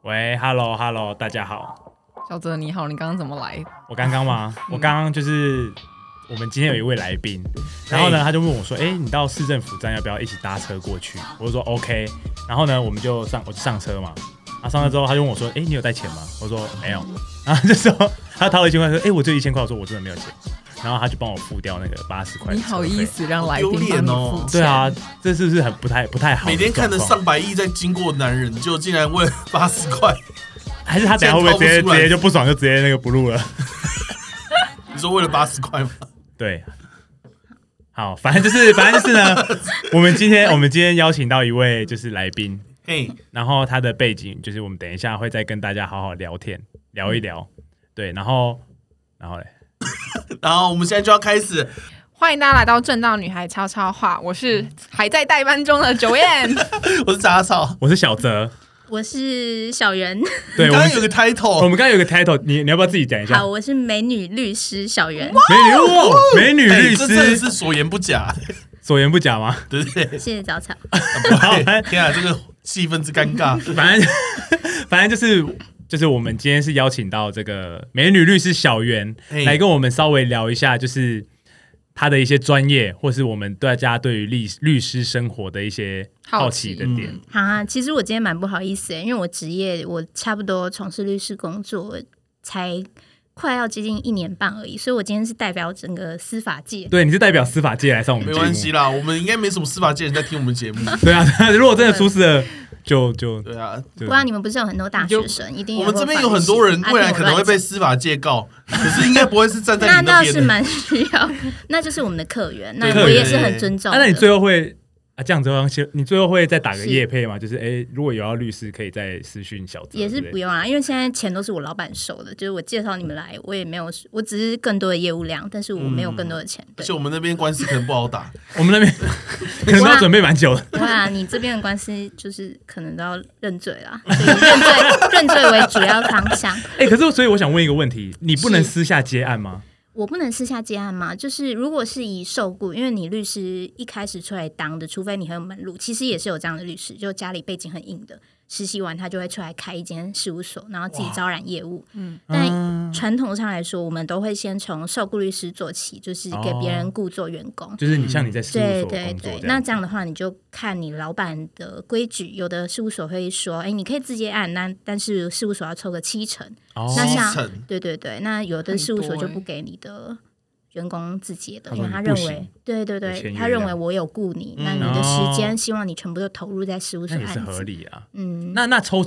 喂 ，Hello， 大家好。 小泽你好，你刚刚怎么来？ 我刚刚吗？我刚刚就是我们今天有一位来宾，然后呢，他就问我说：“你到市政府站要不要一起搭车过去？”我就说 OK。然后呢，我就上车嘛。上车之后，他就问我说：“你有带钱吗？”我说没有。然后这时候他掏了1000块，说：“我就1000块。”我说：“我真的没有钱。”然后他就帮我付掉那个80块。 你好意思让来宾帮你付钱？ 对啊，这是不是很不太好？ 每天看着上百亿在经过的男人，就竟然为了80块， 还是他等下会不会直接就不爽，就直接那个不录了？ 你说为了80块吗？ 对，好，反正就是呢，我们今天邀请到一位就是来宾，然后他的背景就是我们等一下会再跟大家好好聊一聊，对，然后嘞。 然后我们现在就要开始， 欢迎大家来到正道女孩悄悄话，我是还在代班中的九燕， 我是杂草， 我是小泽， 我是小圆。 对， 刚刚有个 title， 我们刚刚有个 title， 你要不要自己讲一下？ 好，我是美女律师小圆。 美女律师， 这真的是所言不假， 所言不假吗？ 对不对？ 谢谢早草。 天啊，这个气氛之尴尬。 反正就是我们今天是邀请到这个美女律师小圆来跟我们稍微聊一下，就是她的一些专业，或是我们大家对于律师生活的一些好奇的点。 其实我今天蛮不好意思因为我职业我差不多从事律师工作才快要接近1年半而已，所以我今天是代表整个司法界。 对，你是代表司法界来上我们节目， 没关系啦，我们应该没什么司法界人在听我们节目。 对啊，如果真的出事了。就对啊， 不然你们不是有很多大学生，一定我们这边有很多人未来可能会被司法界告，可是应该不会是站在你那边的。 那倒是蛮需要，那就是我们的客源，那我也是很尊重的。 那你最后会这样子，你最后会再打个业配吗？就是如果有要律师，可以再私讯小泽。 也是不用啊，因为现在钱都是我老板收的，就是我介绍你们来，我也没有，我只是更多的业务量，但是我没有更多的钱。 而且我们那边官司可能不好打， 我们那边可能要准备蛮久的。 哇，你这边的官司就是可能都要认罪啦，所以认罪为主要方向。 可是所以我想问一个问题，你不能私下接案吗？ 我不能私下接案吗？就是如果是以受雇，因为你律师一开始出来当的，除非你很有门路，其实也是有这样的律师，就家里背景很硬的，实习完他就会出来开一间事务所，然后自己招揽业务。但传统上来说，我们都会先从受雇律师做起，就是给别人雇做员工。 就是你像你在事务所对，那这样的话，你就看你老板的规矩。有的事务所会说，你可以自接案，但是事务所要抽个70%。那像对，那有的事务所就不给你的员工自接的，因为他认为对，他认为我有雇你，那你的时间希望你全部都投入在事务所案子， 那也是合理啊。那抽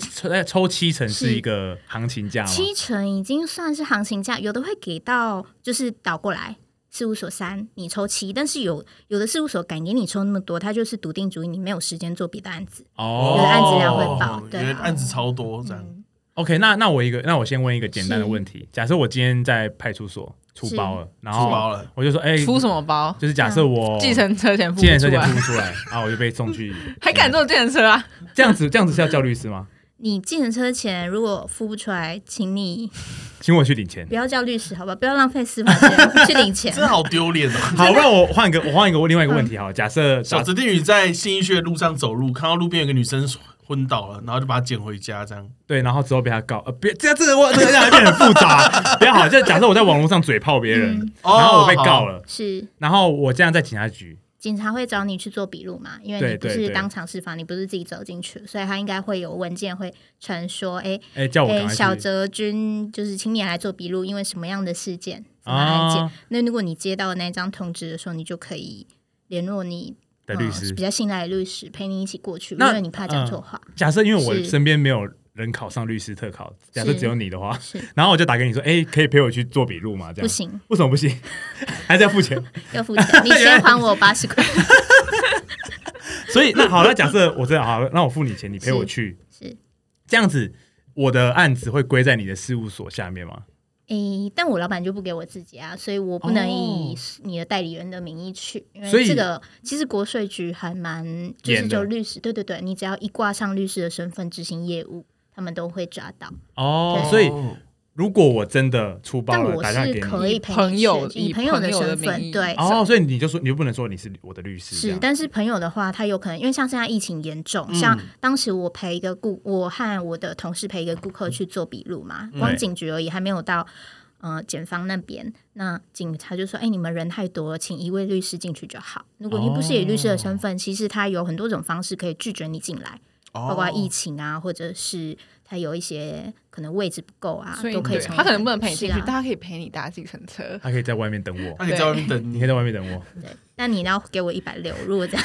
70%是一个行情价吗 ？70%已经算是行情价，有的会给到就是倒过来。事务所3，你抽7，但是有的事务所敢给你抽那么多，他就是笃定主意，你没有时间做别的案子。有的案子量会爆，对， 案子超多这样。 OK， 那我先问一个简单的问题，假设我今天在派出所出包了，然后我就说， 出什么包？ 就是假设我计程车钱付不出来，然后我就被送去， 还敢坐计程车啊？ 这样子是要叫律师吗？ 你计程车钱如果付不出来，请我去领钱， 不要叫律师，好吧？不要浪费司法钱去领钱， 真好丢脸哦！ 好，不然我换一个另外一个问题，好，假设小泽定宇在信义区的路上走路，看到路边有个女生昏倒了，然后就把她捡回家，这样对，然后之后被他告，别这个样变很复杂，不要好，就假设我在网络上嘴炮别人，然后我被告了， 是， 然后我这样在警察局。 警察会找你去做笔录嘛？因为你不是当场释放，你不是自己走进去，所以他应该会有文件会传说， 叫我小泽君就是请你来做笔录，因为什么样的事件、什么案件。那如果你接到那张通知的时候，你就可以联络你的律师， 比较信赖的律师陪你一起过去，因为你怕讲错话。 假设因为我身边没有人考上律师特考，假设只有你的话，然后我就打给你说，可以陪我去做笔录吗？这样不行， 为什么不行？还是要付钱？ 要付钱，你先还我80块。 所以那好了，假设我真的好，那我付你钱，你陪我去， 是这样子，我的案子会归在你的事务所下面吗？ 但我老板就不给我自己啊，所以我不能以你的代理人的名义去，因为这个其实国税局还蛮就律师，对，你只要一挂上律师的身份执行业务，他们都会抓到。 所以如果我真的出包了，打电话给你， 但我是可以陪朋友以朋友的身份，对。 所以你就不能说你是我的律师。 是，但是朋友的话，他有可能因为像现在疫情严重，像当时我和我的同事陪一个顾客去做笔录嘛，光警局而已，还没有到检方那边。那警察就说：“你们人太多了，请一位律师进去就好。如果你不是以律师的身份，其实他有很多种方式可以拒绝你进来，包括疫情啊，或者是。”他有一些可能位置不够啊，都可以成为。 他可能不能陪你进去，但他可以陪你搭计程车。 他可以在外面等我， 他可以在外面等你， 你可以在外面等我。 对，那你要给我160，如果这样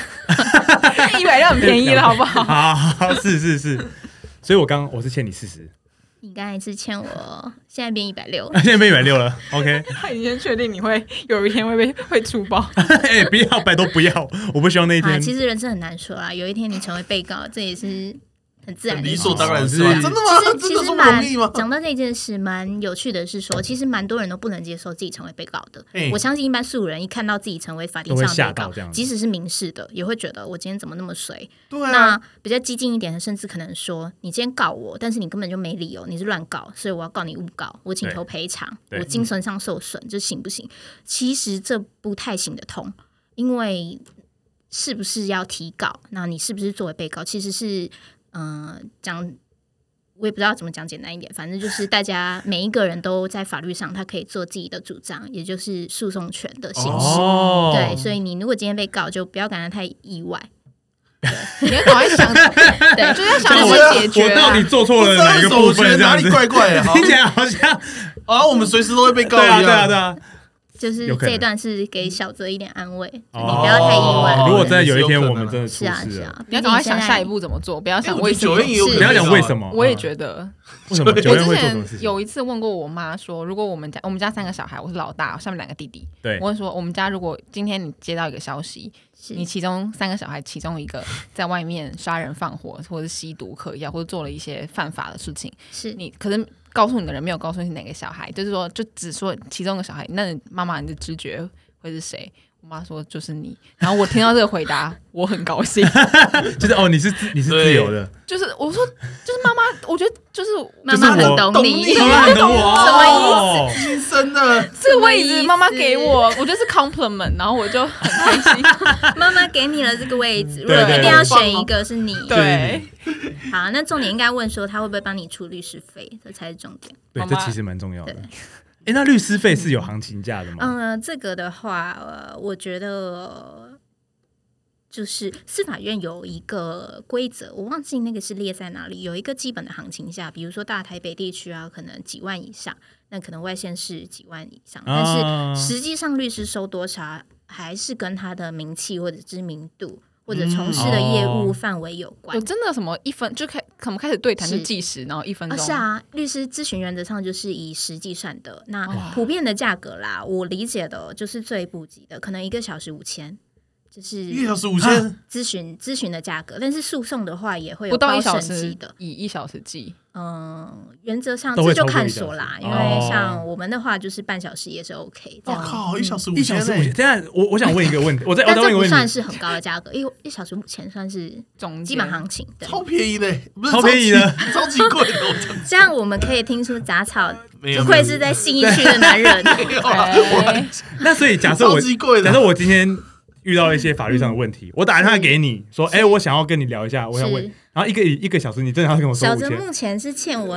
，160很便宜了，好不好？ 好，是。所以我是欠你40。 你刚才是欠我，现在变160， 现在变160了。OK， 他已经确定你会有一天会出包。 不要，拜托不要，我不希望那一天。 其实人生很难说啦，有一天你成为被告，这也是。很自然的， 理所当然是真的吗？ 其实讲到这件事，蛮有趣的是说，其实蛮多人都不能接受自己成为被告的。我相信一般素人一看到自己成为法庭上的被告，即使是民事的，也会觉得我今天怎么那么衰。 对啊。 那比较激进一点的，甚至可能说，你今天告我，但是你根本就没理由，你是乱告，所以我要告你诬告，我请求赔偿，我精神上受损，这行不行？其实这不太行得通，因为是不是要提告？那你是不是作为被告？其实是。讲我也不知道怎么讲，简单一点，反正就是大家每一个人都在法律上，他可以做自己的主张，也就是诉讼权的行使。对，所以你如果今天被告，就不要感到太意外。 你要赶快想，对，就是要想怎么解决。 我到底做错了哪一个部分？ 哪里怪怪的？ 听起来好像我们随时都会被告一样。 对啊。 就是这一段是给小泽一点安慰，你不要太意外。 如果真的有一天我们真的出事了， 你要赶快想下一步怎么做，不要想为什么。 不要讲为什么， 我也觉得。 为什么？ 我之前有一次问过我妈说，如果我们家3个小孩，我是老大，下面2个弟弟。 对， 我问说，我们家如果今天你接到一个消息，你其中3个小孩其中一个在外面杀人放火，或者是吸毒嗑药，或者做了一些犯法的事情， 是你可是。告诉你的人没有告诉你是哪个小孩，就是说，就只说其中一个小孩。那妈妈，你的直觉会是谁？我妈说就是你。然后我听到这个回答，我很高兴。 就是你是自由的。 就是我说，就是妈妈，我觉得就是妈妈很懂你， 妈妈很懂我， 什么意思？亲生的这个位置，妈妈给我，我觉得是 compliment， 然后我就很开心。 妈妈给你了这个位置，如果一定要选一个是你， 对。 好，那重点应该问说他会不会帮你出律师费，这才是重点。 对，这其实蛮重要的。那律师费是有行情价的吗？ 这个的话，我觉得就是司法院有一个规则，我忘记那个是列在哪里，有一个基本的行情价，比如说大台北地区啊，可能几万以上，那可能外县市几万以上，但是实际上律师收多少，还是跟他的名气或者知名度。或者从事的业务范围有关， 有真的什么1分就可能开始对谈是计时，然后1分钟。 是啊，律师咨询原则上就是以时计算的。那普遍的价格啦，我理解的就是最普及的，可能1个小时5000，就是 1小时5000 咨询的价格。但是诉讼的话也会有高审级的， 以1小时计。 原则上这就看说啦，因为像我们的话就是半小时也是 OK。 我靠，1小时5000， 这样我想问一个问题，我再问一个问题， 这不算是很高的价格，因为1小时5000算是基本行情， 超便宜的， 超便宜的， 超级贵的。 这样我们可以听出杂草不愧是在信义区的男人。 那所以假设我今天遇到一些法律上的问题，我打电话给你说，我想要跟你聊一下，我想问，然后一个小时，你真的要跟我说5000？ 小泽目前是欠我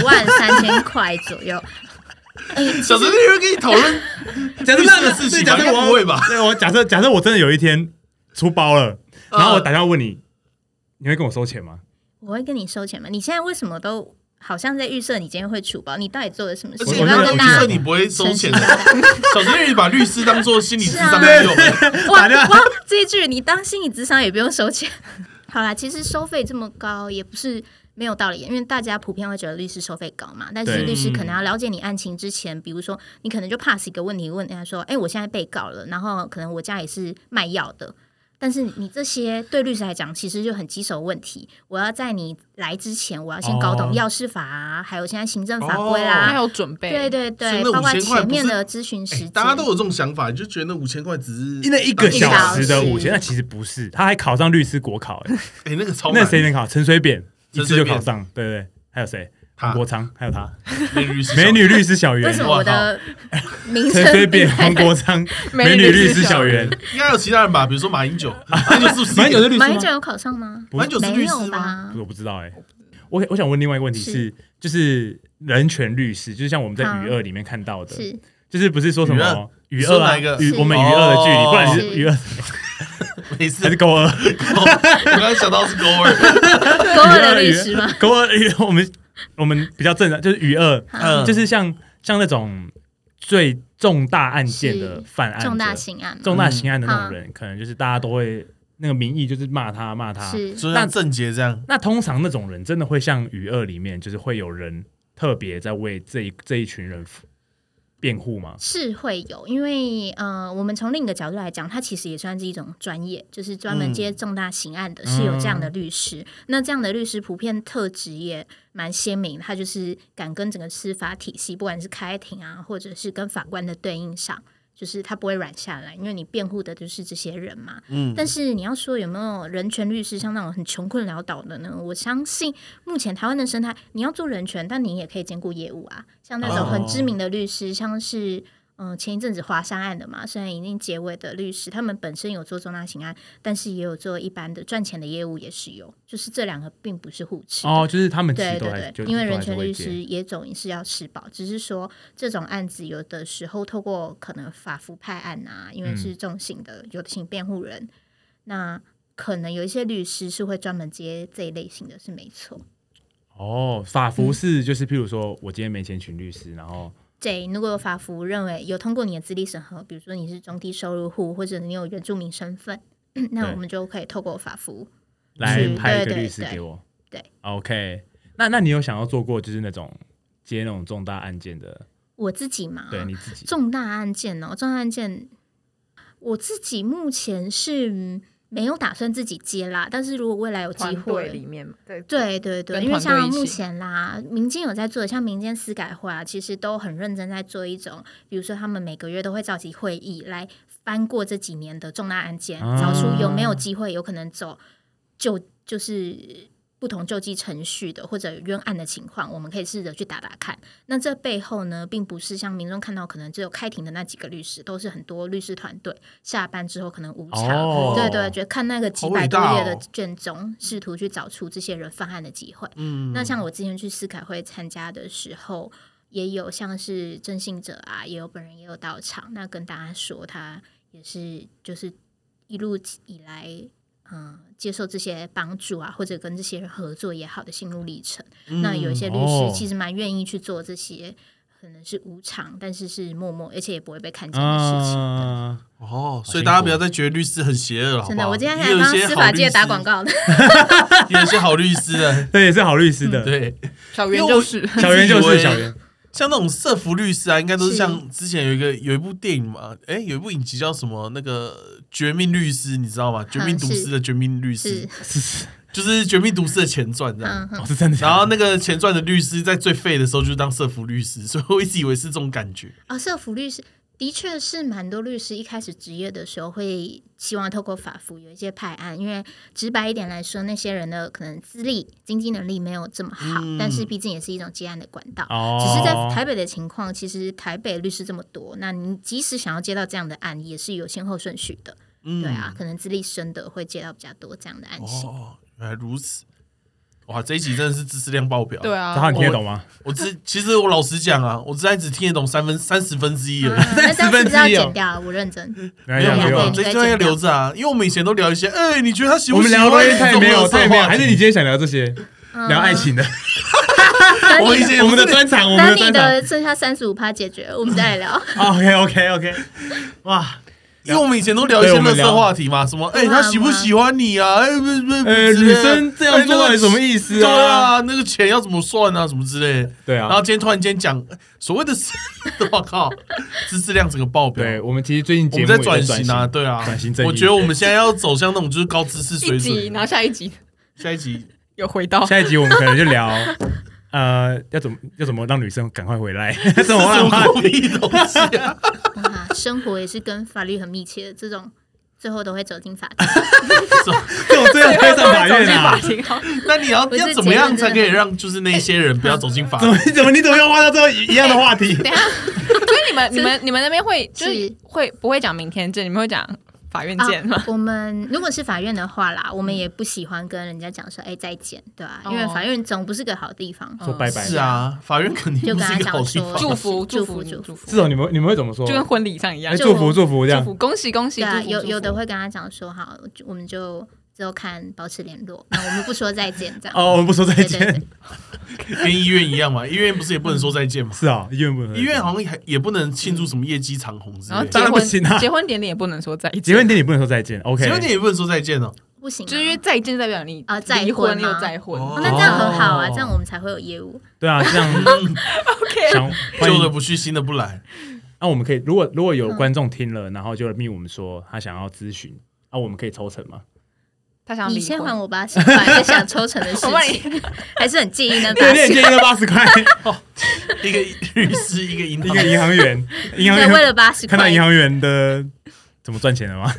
23000块左右。 小泽那边跟你讨论假设那个事情， 假设我不会吧？ 对，我假设我真的有一天出包了，然后我打电话问你，你会跟我收钱吗？ 我会跟你收钱吗？你现在为什么都好像在预设你今天会出包？你到底做了什么事情？ 我预设你不会收钱的。小泽你把律师当做心理咨商在用。 哇，这一句你当心理咨商也不用收钱。好啦，其实收费这么高也不是没有道理，因为大家普遍会觉得律师收费高嘛，但是律师可能要了解你案情之前，比如说你可能就 pass 一个问题问他说，我现在被告了，然后可能我家也是卖药的，但是你这些对律师来讲其实就很棘手问题，我要在你来之前我要先搞懂药事法啊，还有现在行政法规啦， 还有准备， 对对对，包括前面的咨询时间， 大家都有这种想法，就觉得那5000块只是因为1个小时的5000，那其实不是，他还考上律师国考， 那个超难， 那谁能考？陈水扁一次就考上，对对，还有谁？ 黄国昌，还有他美女律师小圆。 为什么我的名称随便黄国昌美女律师小圆？ 应该有其他人吧？比如说马英九，马英九是不是？ 马英九是律师吗？ 马英九有考上吗？ 马英九是律师吗？ 我不知道我想问另外一个问题是，就是人权律师，就是像我们在语二里面看到的，就是不是说什么语二啊？我们语二的距离，不然是语二。 没事， 还是勾二？ 我刚刚想到是勾二， 勾二的律师吗？ 勾二，我们比较正常，就是语二，就是像那种最重大案件的犯案者，重大刑案的那种人，可能就是大家都会那个民意就是骂他， 就像郑捷这样。 那通常那种人真的会像语二里面，就是会有人特别在为这一群人辩护吗？ 是会有，因为我们从另一个角度来讲，它其实也算是一种专业，就是专门接重大刑案的，是有这样的律师。那这样的律师普遍特质也蛮鲜明，他就是敢跟整个司法体系，不管是开庭啊，或者是跟法官的对应上，就是他不会软下来，因为你辩护的就是这些人嘛。但是你要说有没有人权律师像那种很穷困潦倒的呢？我相信目前台湾的生态，你要做人权，但你也可以兼顾业务啊。像那种很知名的律师，像是前一阵子华山案的嘛，虽然已经结尾的律师，他们本身有做重大刑案，但是也有做一般的赚钱的业务，也是有，就是这两个并不是互斥就是他们对， 因为人权律师也总是要吃饱，只是说这种案子有的时候透过可能法服派案啊，因为是重刑的，有的请辩护人，那可能有一些律师是会专门接这一类型的，是没错。 法服是就是譬如说我今天没钱请律师，然后对，如果有法服认为有通过你的资历审核，比如说你是中低收入户，或者你有原住民身份，那我们就可以透过法服来派一个律师给我。 对 ，OK。那你有想要做过就是那种接那种重大案件的？ 我自己嘛， 对你自己重大案件重大案件，我自己目前是没有打算自己接啦，但是如果未来有机会， 里面对，因为像目前啦，民间有在做的，像民间司改会啊，其实都很认真在做一种，比如说他们每个月都会召集会议来翻过这几年的重大案件，找出有没有机会有可能走就是不同救济程序的或者冤案的情况，我们可以试着去打看。那这背后呢，并不是像民众看到可能只有开庭的那几个律师，都是很多律师团队下班之后可能无偿，对，觉得看那个几百多页的卷宗，试图去找出这些人犯案的机会。那像我之前去司改会参加的时候，也有像是郑信哲啊，也有本人也有到场，那跟大家说他也是就是一路以来接受这些帮助啊，或者跟这些人合作也好的心路历程。那有一些律师其实蛮愿意去做这些可能是无偿，但是是默默而且也不会被看见的事情的。 所以大家不要再觉得律师很邪恶了， 真的，我今天还帮司法界打广告的， 有一些好律师的， 对，也是好律师的， 对， 小圆就是小圆。 像那种社服律师啊，应该都是像之前有一部电影嘛，有一部影集叫什么那个《绝命律师》，你知道吗？《绝命毒师》的《绝命律师》就是《绝命毒师》的前传这样， 是真的。 然后那个前传的律师在最废的时候就是当社服律师，所以我一直以为是这种感觉社服律师的确是蛮多律师一开始职业的时候会希望透过法服有一些派案，因为直白一点来说，那些人的可能资历、经济能力没有这么好，但是毕竟也是一种接案的管道。只是在台北的情况，其实台北律师这么多，那你即使想要接到这样的案，也是有先后顺序的。对啊，可能资历深的会接到比较多这样的案型。 原来如此。哇，这一集真的是知识量爆表。 对啊， 你听得懂吗？ 其实我老实讲啊，我只听得懂30分之一而已。 那这样是不是要剪掉？我认真。 没有，这段要留着啊，因为我们以前都聊一些，你觉得他喜不喜欢？ 我们聊太没有，还是你今天想聊这些，聊爱情的？我们的专场， 等你的剩下35%解决，我们再来聊。 OK，哇。 因为我们以前都聊一些垃圾话题嘛，什么他喜不喜欢你啊？ 女生这样做到底什么意思啊？ 对啊，那个钱要怎么算啊？什么之类的。 对啊。 然后今天突然间讲所谓的，我靠，知识量整个爆表。 对，我们其实最近节目在转型啊，对啊， 转型正义。 我觉得我们现在要走向那种就是高知识水准。 然后下一集有回到下一集，我们可能就聊。要怎么让女生赶快回来？什么屁东西啊！ 生活也是跟法律很密切的，这种最后都会走进法庭。 这种最后会上法院啊？ 那你要怎么样才可以让就是那些人不要走进法庭？ 你怎么又挖到最后一样的话题？ 等一下，所以你们那边会就是会不会讲明天见？你们会讲法院见吗？ 我们如果是法院的话啦，我们也不喜欢跟人家讲说再见，对吧？因为法院总不是个好地方。 说拜拜。 是啊，法院肯定不是一个好地方。 祝福。 这种你们会怎么说？ 就跟婚礼上一样， 祝福这样。 恭喜。 对啊，有的会跟他讲说好，我们就之后看保持联络，那我们不说再见这样。 我们不说再见。 对， 跟医院一样嘛，医院不是也不能说再见吗？ 是啊，医院不能。 医院好像也不能庆祝什么业绩长红之类的。 当然不行啊， 结婚典礼也不能说再见。 结婚典礼不能说再见 ，OK。 结婚典礼不能说再见哦， 不行， 就是因为再见代表你再婚又再婚。 那这样很好啊，这样我们才会有业务。 对啊，这样 OK。 旧的不去，新的不来。 那我们可以，如果有观众听了，然后就密我们说他想要咨询，我们可以抽成吗？ 他想你先还我80块，就想抽成的事情，还是很介意那80块。 有点介意那80块。 一个律师，一个银行员， 对，为了80块， 看到银行员的怎么赚钱了吗？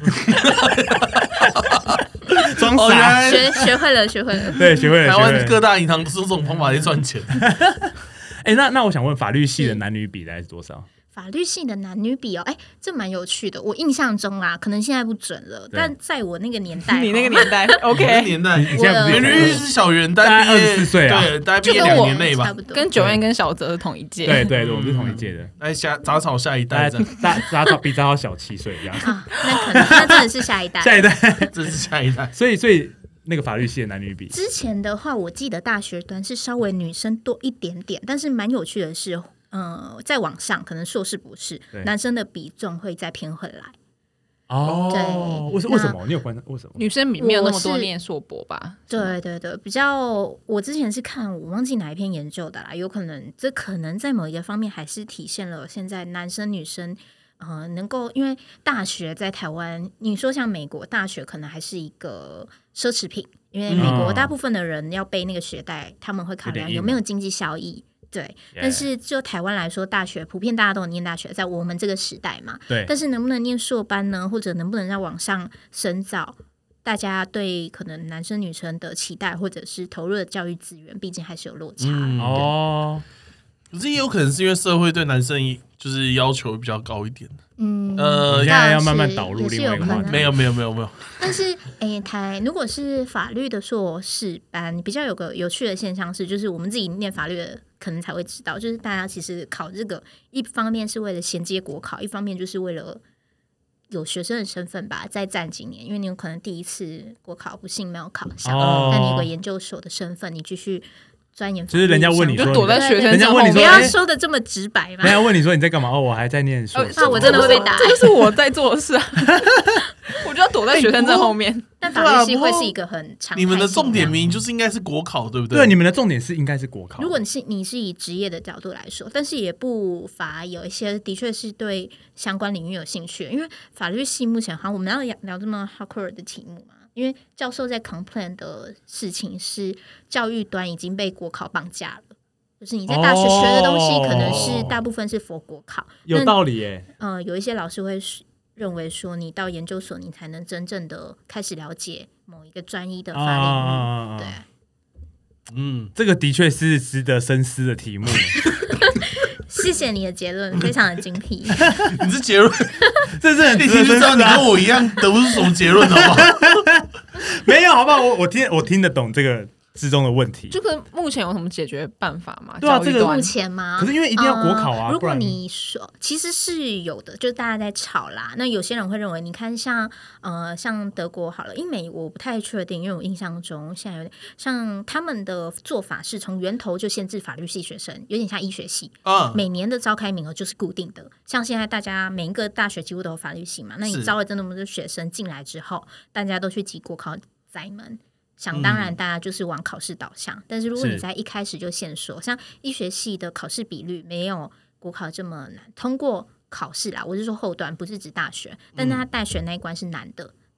装傻， 学会了， 对，学会了。 台湾各大银行都是用这种方法在赚钱。 那我想问，法律系的男女比大概是多少？ 法律系的男女比这蛮有趣的。我印象中啦，可能现在不准了，但在我那个年代， 你那个年代 ，OK， 年代，原律是小袁，大概 24岁啊， 对，大概毕业2年内吧， 差不多。 跟九燕跟小泽是同一届， 对，我们是同一届的。 杂草下一代， 杂草比杂草小7岁这样。 那可能那真的是下一代， 这是下一代。 所以那个法律系的男女比， 之前的话，我记得大学端是稍微女生多一点点，但是蛮有趣的是。在网上可能硕士博士男生的比重会再偏回来。 对，为什么？你有观察为什么？ 女生没有那么多念硕博吧？ 对，比较我之前是看我忘记哪一篇研究的啦，有可能这可能在某一个方面还是体现了现在男生女生能够，因为大学在台湾，你说像美国大学可能还是一个奢侈品，因为美国大部分的人要背那个学贷，他们会考量有没有经济效益。对，但是就台湾来说，大学普遍大家都有念大学，在我们这个时代嘛。 对。 但是能不能念硕班呢？或者能不能在网上深造？大家对可能男生女生的期待，或者是投入的教育资源，毕竟还是有落差。 可是也有可能是因为社会对男生就是要求比较高一点。 现在要慢慢导入另外一个话题。 没有。 但是如果是法律的硕士班，比较有个有趣的现象是，就是我们自己念法律的可能才会知道，就是大家其实考这个，一方面是为了衔接国考，一方面就是为了有学生的身份吧，再站几年，因为你有可能第一次国考不幸没有考上，但你有个研究所的身份，你继续。钻研， 就是人家问你说， 就躲在学生后面， 人家问你说， 不要说的这么直白嘛。 人家问你说你在干嘛？我还在念书。 我真的会被打， 这就是我在做的事啊。我就要躲在学生证后面。 但法律系会是一个很常态性的。 你们的重点明明就是应该是国考，对不对？ 对，你们的重点是应该是国考。 如果你是以职业的角度来说，但是也不乏有一些的确是对相关领域有兴趣，因为法律系目前我们要聊这么 hardcore 的题目嘛。因为教授在 complain 的事情是教育端已经被国考绑架了，就是你在大学学的东西可能是大部分是佛国考， 有道理耶。 有一些老师会认为说，你到研究所你才能真正的开始了解某一个专一的法领域。 对，这个的确是值得深思的题目。 谢谢你的结论，非常的精辟。 你这结论， 这是很值得深思。 知道你跟我一样得不出什么结论，好不好？ 没有，好不好？我听得懂这个之中的问题。 这个目前有什么解决办法吗？ 对啊，这个目前吗？ 可是因为一定要国考啊。 如果你说其实是有的，就是大家在吵啦。那有些人会认为，你看像德国好了，英美我不太确定，因为我印象中现在有点像他们的做法是从源头就限制法律系学生，有点像医学系每年的召开名额就是固定的。像现在大家每一个大学几乎都有法律系嘛，那你招了这么多学生进来之后，大家都去挤国考窄门。想当然，大家就是往考试导向。但是如果你在一开始就限缩，像医学系的考试比率没有国考这么难通过考试啦，我是说后段，不是指大学，但是他大学那一关是难的。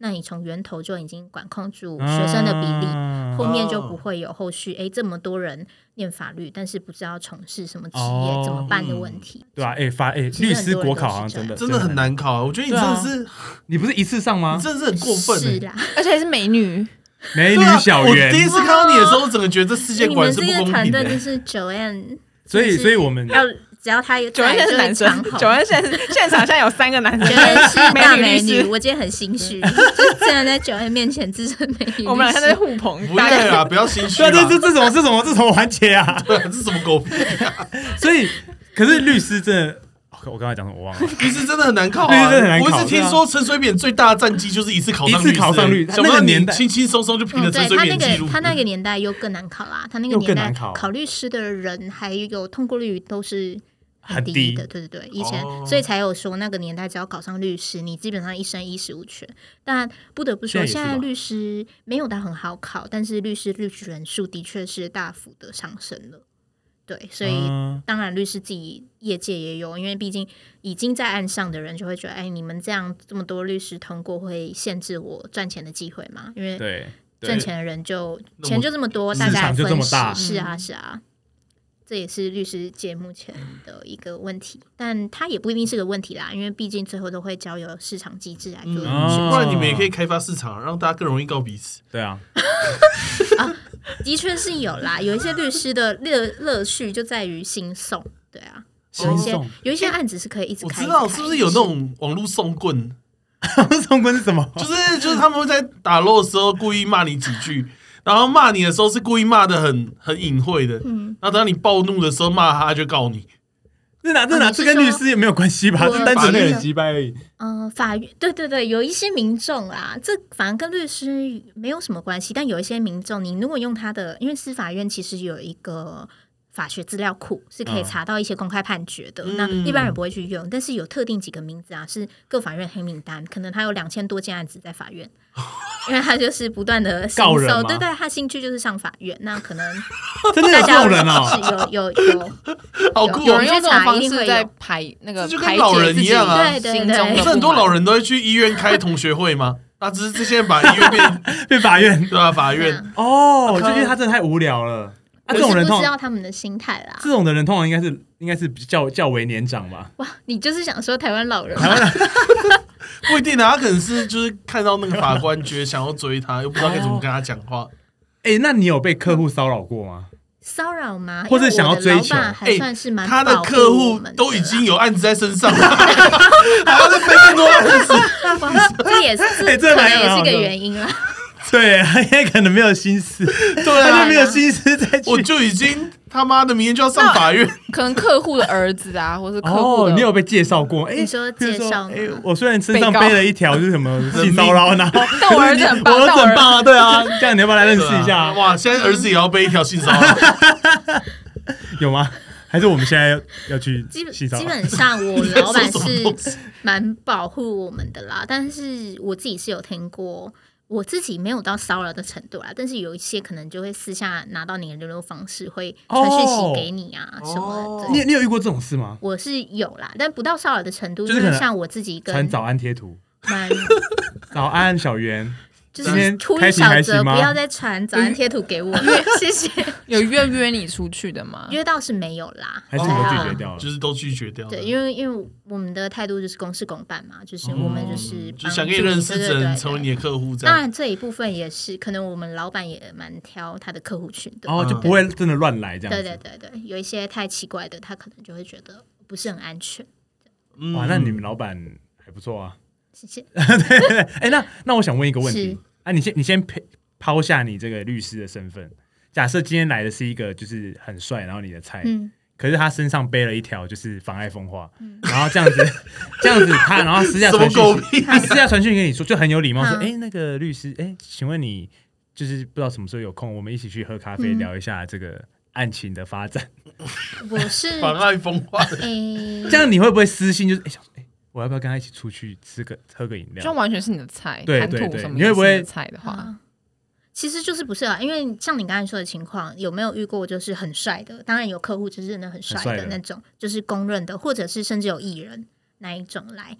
那你从源头就已经管控住学生的比例，后面就不会有后续这么多人念法律，但是不知道从事什么职业怎么办的问题。 对啊，律师国考好像真的很难考啊！我觉得你真的是， 你不是一次上吗？ 你真的是很过分， 是啦， 而且还是美女小圆。 我第一次看到你的时候，整个觉得这世界果然是不公平的。 你们这个团队就是 Joanne， 所以我们要只要他有 ，Joanne是男生，Joanne现场现在有3个男生 ，Joanne是大美女，我今天很心虚，就竟然在Joanne面前自称美女， 我们俩在互捧， 不要啦，不要心虚啦。 这种环节啊？ 对，这是什么狗屁啊？ 所以，可是律师真的。我刚才讲什么我忘了。 律师真的很难考啊！我一直听说陈水扁最大的战绩就是一次考上律师，想不到你轻轻松松就拼了陈水扁记录。 他那个年代又更难考啦，他那个年代考律师的人还有通过率都是很低的，对对对，以前所以才有说那个年代只要考上律师，你基本上一生衣食无缺。但不得不说，现在律师没有到很好考，但是律师录取人数的确是大幅的上升了。对，所以当然律师自己业界也有，因为毕竟已经在岸上的人就会觉得，你们这样这么多律师通过会限制我赚钱的机会嘛？因为赚钱的人钱就这么多，大家分食，是啊是啊，这也是律师界目前的一个问题，但它也不一定是个问题啦，因为毕竟最后都会交由市场机制来做。 不然你们也可以开发市场，让大家更容易告彼此。 对啊。 的确是有啦，有一些律师的乐趣就在于新送，对啊，有一些案子是可以一直开。 我知道是不是有那种网络送棍？ 送棍是什么？ 就是他们会在打漏的时候故意骂你几句，然后骂你的时候是故意骂的很隐晦的，然后等到你暴怒的时候骂他就告你。 这跟律师也没有关系吧？是单纯的人击败而已。 法院对对对，有一些民众啊，这反而跟律师没有什么关系。但有一些民众，你如果用他的，因为司法院其实有一个法学资料库，是可以查到一些公开判决的。那一般人不会去用，但是有特定几个名字啊，是各法院黑名单，可能他有2000多件案子在法院。因为他就是不断的告人嘛， 对对，他兴趣就是上法院，那可能真的有告人哦，有， 好酷哦！ 有人用这种方式在排那个， 就跟老人一样啊， 对对对， 不是很多老人都会去医院开同学会吗？那只是这些人把医院变法院， 对啊，法院哦，就因为他真的太无聊了。 这种人不知道他们的心态啦。 这种的人通常应该是较为年长吧？ 哇，你就是想说台湾老人？ 不一定啊，他可能是就是看到那个法官觉得想要追他，又不知道该怎么跟他讲话。 那你有被客户骚扰过吗？ 骚扰吗？ 或者想要追求？ 还算是蛮他的客户都已经有案子在身上了，还要再背更多案子， 这也是可能也是个原因啦。 对，他也可能没有心思， 对啊， 他就没有心思再去。 我就已经他妈的明天就要上法院。 可能客户的儿子啊，或是客户的， 你有被介绍过？ 你说介绍吗？ 我虽然身上背了一条就是什么性骚扰，然后但我儿子很棒， 我儿子很棒啊，对啊，这样你要不要来认识一下？ 哇，现在儿子也要背一条性骚扰， 有吗？还是我们现在要去性骚扰？ 基本上我老板是蛮保护我们的啦，但是我自己是有听过。我自己没有到骚扰的程度啦，但是有一些可能就会私下拿到你的联络方式，会传讯息给你啊什么的。 你有遇过这种事吗？ 我是有啦，但不到骚扰的程度， 就是像我自己跟传早安贴图，早安小圆， 就是呼吁小泽不要再传早安贴图给我，谢谢。 有约你出去的吗？ 约倒是没有啦， 还是你都拒绝掉了？ 就是都拒绝掉了。 对，因为我们的态度就是公事公办嘛，就是我们就是想跟你认识，只能成为你的客户。当然这一部分也是，可能我们老板也蛮挑他的客户群的， 就不会真的乱来这样。 对对对对，有一些太奇怪的，他可能就会觉得不是很安全。 哇，那你们老板还不错啊。 谢谢。 对，那我想问一个问题啊，你先抛下你这个律师的身份，假设今天来的是一个就是很帅，然后你的菜，可是他身上背了一条就是妨碍风化，然后这样子他然后私下传讯给你说，就很有礼貌说，那个律师，请问你就是不知道什么时候有空，我们一起去喝咖啡聊一下这个案情的发展。 我是妨碍风化， 这样你会不会私信就是我要不要跟他一起出去喝个饮料？ 就完全是你的菜， 对对对，你会不会菜的话？ 其实就是不是啦，因为像你刚才说的情况，有没有遇过就是很帅的？当然有客户就是真的很帅的那种，就是公认的，或者是甚至有艺人那一种来。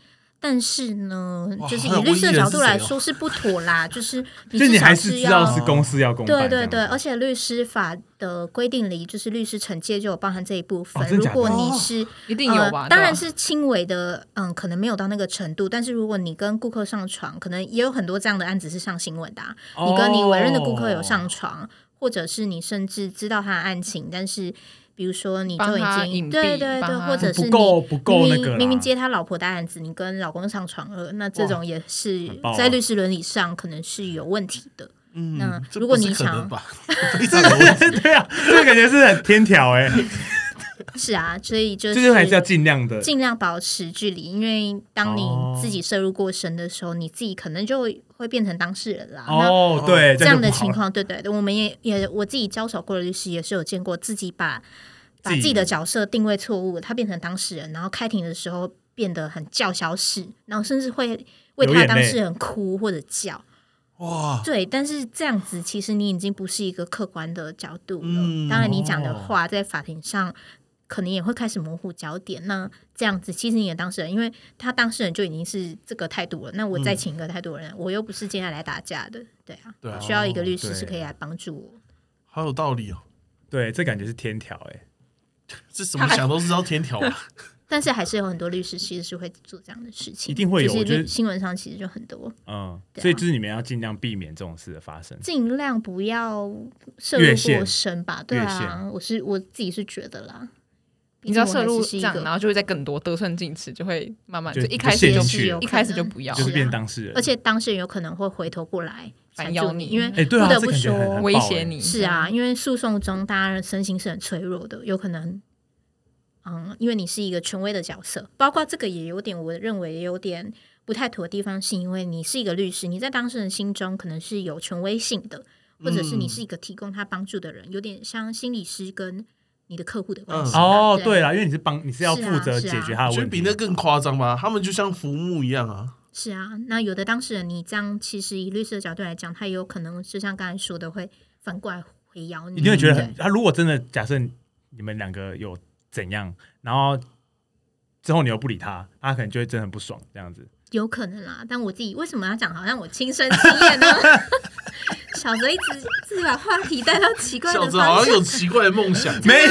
但是呢，就是以律师的角度来说是不妥啦，就是你还是知道是公司要公办， 对，而且律师法的规定里，就是律师惩戒就有包含这一部分。 如果你是一定有吧， 当然是轻微的，可能没有到那个程度，但是如果你跟顾客上床，可能也有很多这样的案子是上新闻的你跟你委任的顾客有上床，或者是你甚至知道他的案情，但是比如说你就已经对，或者是你不够那个明明接他老婆的案子，你跟老公上床了，那这种也是在律师伦理上可能是有问题的。那如果你想对啊，这个感觉是很天条是啊，所以就是还是要尽量保持距离，因为当你自己摄入过深的时候，你自己可能就会变成当事人啦。 对， 这样的情况，对，我们也我自己交手过的律师也是有见过，自己把自己的角色定位错误，他变成当事人，然后开庭的时候变得很叫嚣式，然后甚至会为他的当事人哭或者叫。 哇， 对，但是这样子其实你已经不是一个客观的角度了。当然，你讲的话在法庭上可能也会开始模糊焦点。那这样子，其实你的当事人，因为他当事人就已经是这个态度了，那我再请一个态度的人，我又不是今天来打架的，对啊，需要一个律师是可以来帮助我。 好有道理哦。 对，这感觉是天条这怎么想都知道天条啊。 但是还是有很多律师其实是会做这样的事情， 一定会有。 我觉得新闻上其实就很多， 所以就是你们要尽量避免这种事的发生， 尽量不要涉入过深吧。对啊，我自己是觉得啦， 你知道涉入这样，然后就会再更多得寸进尺，就会慢慢就一开始就不要， 就是变当事人， 而且当事人有可能会回头过来反咬你， 因为不得不说威胁你， 是啊，因为诉讼中大家的身心是很脆弱的，有可能。因为你是一个权威的角色，包括这个也有点，我认为有点不太妥的地方，是因为你是一个律师，你在当事人心中可能是有权威性的，或者是你是一个提供他帮助的人，有点像心理师跟你的客户的关系。 对啦，因为你是要负责解决他的问题， 我觉得比那更夸张吧，他们就像浮木一样啊。 是啊，那有的当事人，你这样其实以律师的角度来讲，他也有可能就像刚才说的，会反过来回咬你， 一定会觉得他如果真的假设你们两个有怎样，然后之后你又不理他，他可能就会真的很不爽，这样子有可能啦。但我自己为什么要讲好像我亲身经验呢？小泽一直自己把话题带到奇怪的方向， 小泽好像有奇怪的梦想， 没有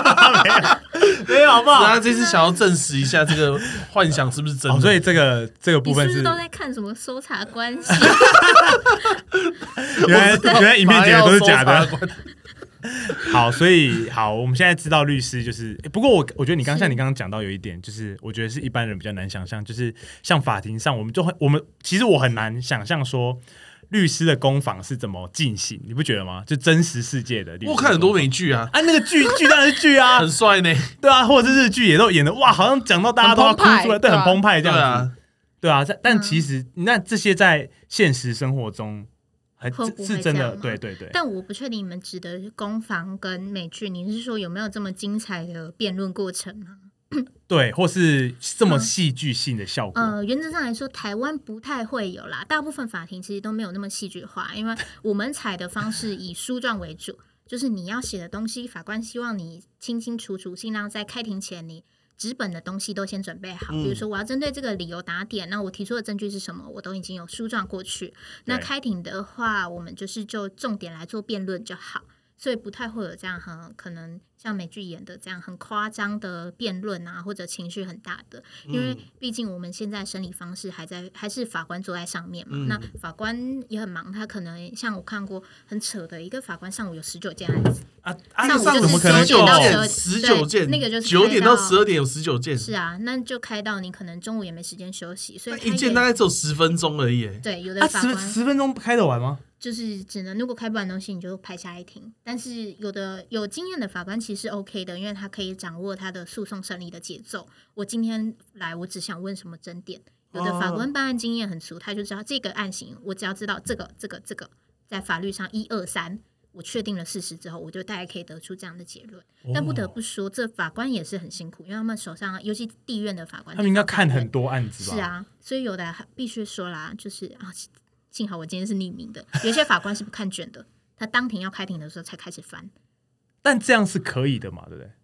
好不好？ 他这次想要证实一下这个幻想是不是真的， 所以这个部分你是不是都在看什么搜查关系？ 原来影片剪的都是假的。好，所以我们现在知道律师就是，不过我觉得你刚刚讲到有一点，就是我觉得是一般人比较难想象，就是像法庭上，我们其实我很难想象说律师的攻防是怎么进行，你不觉得吗？就真实世界的律师， 我看很多美剧啊， 那个剧当然是剧啊， 很帅呢， 对啊，或者是日剧也都演的哇，好像讲到大家都要哭出来，对，很澎湃这样子，对啊，但其实那这些在现实生活中。是真的，对。 但我不确定你们指的攻防跟美剧，你是说有没有这么精彩的辩论过程吗？ 对，或是这么戏剧性的效果？ 原则上来说，台湾不太会有啦。大部分法庭其实都没有那么戏剧化，因为我们采的方式以书状为主，就是你要写的东西，法官希望你清清楚楚，尽量在开庭前你纸本的东西都先准备好，比如说我要针对这个理由打点，那我提出的证据是什么，我都已经有书状过去。那开庭的话，我们就重点来做辩论就好，所以不太会有这样可能像美剧演的这样很夸张的辩论啊，或者情绪很大的，因为毕竟我们现在审理方式还是法官坐在上面嘛，那法官也很忙，他可能像我看过很扯的一个法官上午有19件案子上午就是9点到 19件， 那个就是 9点到12点有19件， 是啊，那就开到你可能中午也没时间休息，所以一件大概只有10分钟而已。 对，有的法官 10分钟开得完吗？ 就是只能如果开不完东西，你就排下一庭。但是有经验的法官其实是 OK 的，因为他可以掌握他的诉讼审理的节奏。我今天来，我只想问什么争点。有的法官办案经验很熟，他就知道这个案型，我只要知道这个，在法律上1、2、3，我确定了事实之后，我就大概可以得出这样的结论。但不得不说，这法官也是很辛苦，因为他们手上，尤其地院的法官， 他们应该看很多案子吧？ 是啊，所以有的必须说啦，就是幸好我今天是匿名的，有些法官是不看卷的，他当庭要开庭的时候才开始翻。 但这样是可以的嘛，对不对？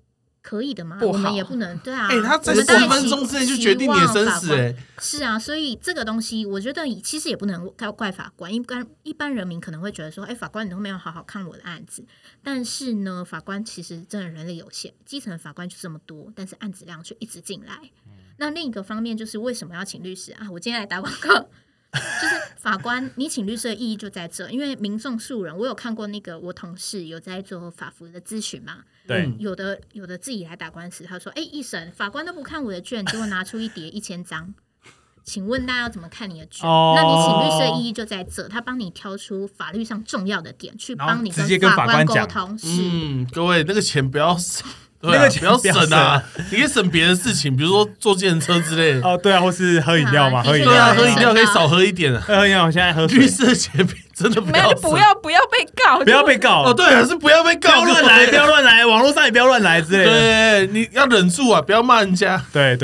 可以的嘛， 我们也不能对啊。 他在10分钟之内就决定你的生死是啊，所以这个东西我觉得其实也不能怪法官，一般人民可能会觉得说，法官你都没有好好看我的案子，但是呢，法官其实真的人力有限，基层法官就这么多，但是案子量却一直进来。那另一个方面就是为什么要请律师啊？我今天来打广告。就是法官，你请律师的意义就在这，因为民众素人，我有看过那个我同事有在做法服的咨询嘛， 对， 有的自己来打官司，他说，一审法官都不看我的卷，结果拿出一叠1000张，请问大家要怎么看你的卷？那你请律师的意义就在这，他帮你挑出法律上重要的点，去帮你跟法官沟通。 各位那个钱不要省。那个不要省啊！你可以省别的事情，比如说坐计程车之类的。 对啊，或是喝饮料嘛，喝饮料可以少喝一点啊。 喝饮料，我现在喝水。 律师的钱真的不要省， 不要被告， 不要被告。 对啊，是不要被告， 不要乱来，网络上也不要乱来之类的。 对，你要忍住啊，不要骂人家。 对。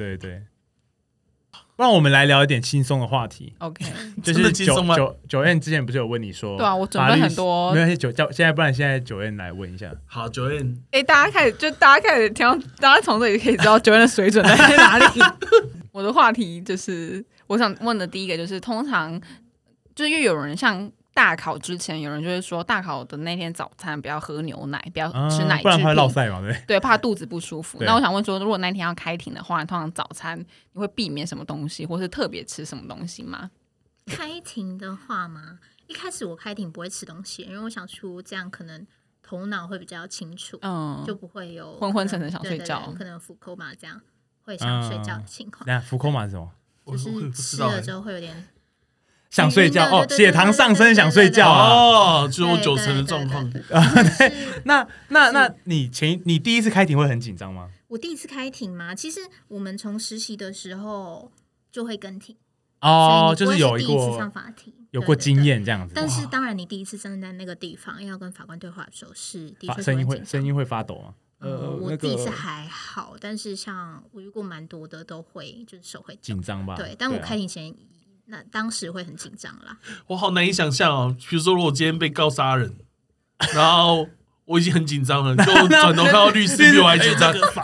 让我们来聊一点轻松的话题。 OK， 就是9N 之前不是有问你说， 对啊，我准备很多， 没关系，不然现在9N 来问一下。 好，9N， 大家开始听，大家从这里可以知道9N 的水准在哪里。我的话题就是我想问的第一个就是，通常就是因为有人像大考之前，有人就会说大考的那天早餐不要喝牛奶，不要吃奶制品， 不然会落塞嘛， 对，怕肚子不舒服。那我想问说，如果那天要开庭的话，通常早餐你会避免什么东西，或是特别吃什么东西吗？ 开庭的话嘛，一开始我开庭不会吃东西，因为我想出这样可能头脑会比较清楚，就不会有昏昏沉沉想睡觉， 对可能福扣嘛这样会想睡觉的情况。 那福扣嘛是什么？ 就是吃了之后会有点想睡觉血糖上升想睡觉就是我9成的状况。 那你第一次开庭会很紧张吗？ 我第一次开庭嘛，其实我们从实习的时候就会跟庭就是有第一次上法庭， 有过经验这样子。 但是当然，你第一次站在那个地方要跟法官对话的时候，是的确声音会发抖吗？ 我第一次还好，但是像我遇过蛮多的都会就是手会紧张吧。 对，但我开庭前那当时会很紧张啦。 我好难以想象哦，比如说如果今天被告杀人，然后我已经很紧张了，就转头看到律师比我还紧张。上，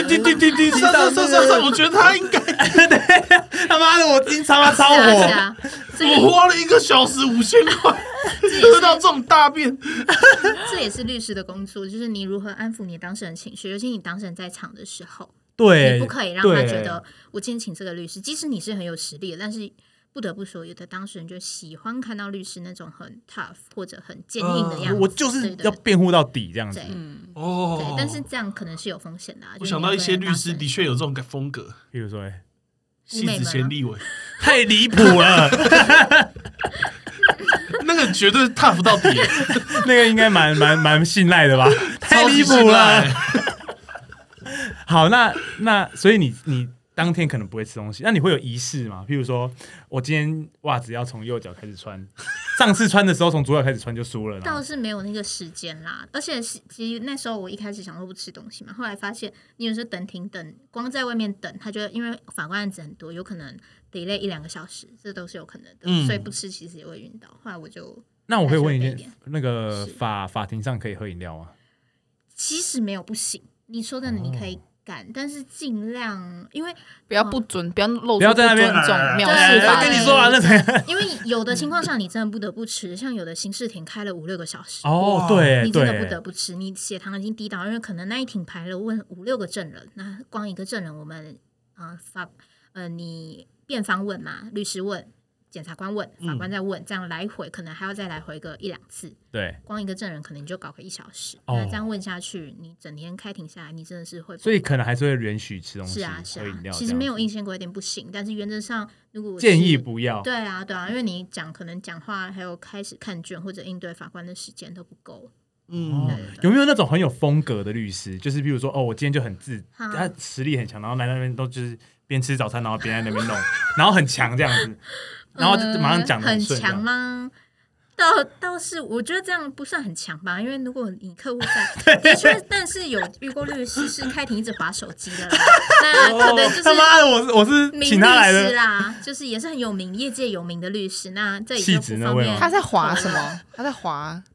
我觉得他应该他妈的，我经常超火， 我花了1个小时5000块喝到这种大便。 这也是律师的工作，就是你如何安抚你当事人情绪，尤其你当事人在场的时候， 对， 你不可以让他觉得我今天请这个律师，即使你是很有实力的，但是不得不说，有的当事人就喜欢看到律师那种很 tough 或者很坚硬的样子， 我就是要辩护到底这样子。 对，但是这样可能是有风险的。 我想到一些律师的确有这种风格， 比如说戏子前立委， 太离谱了。 那个绝对 tough 到底， 那个应该蛮信赖的吧？太离谱了。好，那所以你当天可能不会吃东西，那你会有仪式吗？譬如说我今天袜子要从右脚开始穿，上次穿的时候从左脚开始穿就输了。 倒是没有那个时间啦，而且其实那时候我一开始想说不吃东西嘛，后来发现你有时候等庭等，光在外面等，他就因为法官案子很多，有可能 delay 1-2个小时，这都是有可能的，所以不吃其实也会晕倒。后来我就那我可以问一件，那个法庭上可以喝饮料吗？ 其实没有不行，你说的你可以。但是尽量，因为不要不尊，不要露出不要在那边尊重藐视法跟你说完了， 因为有的情况下你真的不得不吃，像有的刑事庭开了5-6个小时， 对， 你真的不得不吃，你血糖已经低到，因为可能那一庭排了问5-6个证人，那光一个证人我们你辩方问嘛，律师问。检察官问，法官再问，这样来回可能还要再来回个1-2次。 对， 光一个证人可能就搞个1小时。那这样问下去，你整天开庭下来，你真的是会。 所以可能还是会允许吃东西， 是啊， 喝饮料。 其实没有硬性规定不行，但是原则上，如果建议不要。 对啊，因为你可能讲话还有开始看卷或者应对法官的时间都不够。 有没有那种很有风格的律师？就是比如说，我今天就很他实力很强，然后来那边都就是边吃早餐，然后边在那边弄，然后很强这样子。然后就马上讲得很强吗？倒是我觉得这样不算很强吧，因为如果你客户在，的确，但是有遇过律师是开庭一直滑手机的啦，那可能就是他妈的，我是请他来的啦，就是也是很有名，业界有名的律师。那这气质那位吗？ 他在滑什么？他在滑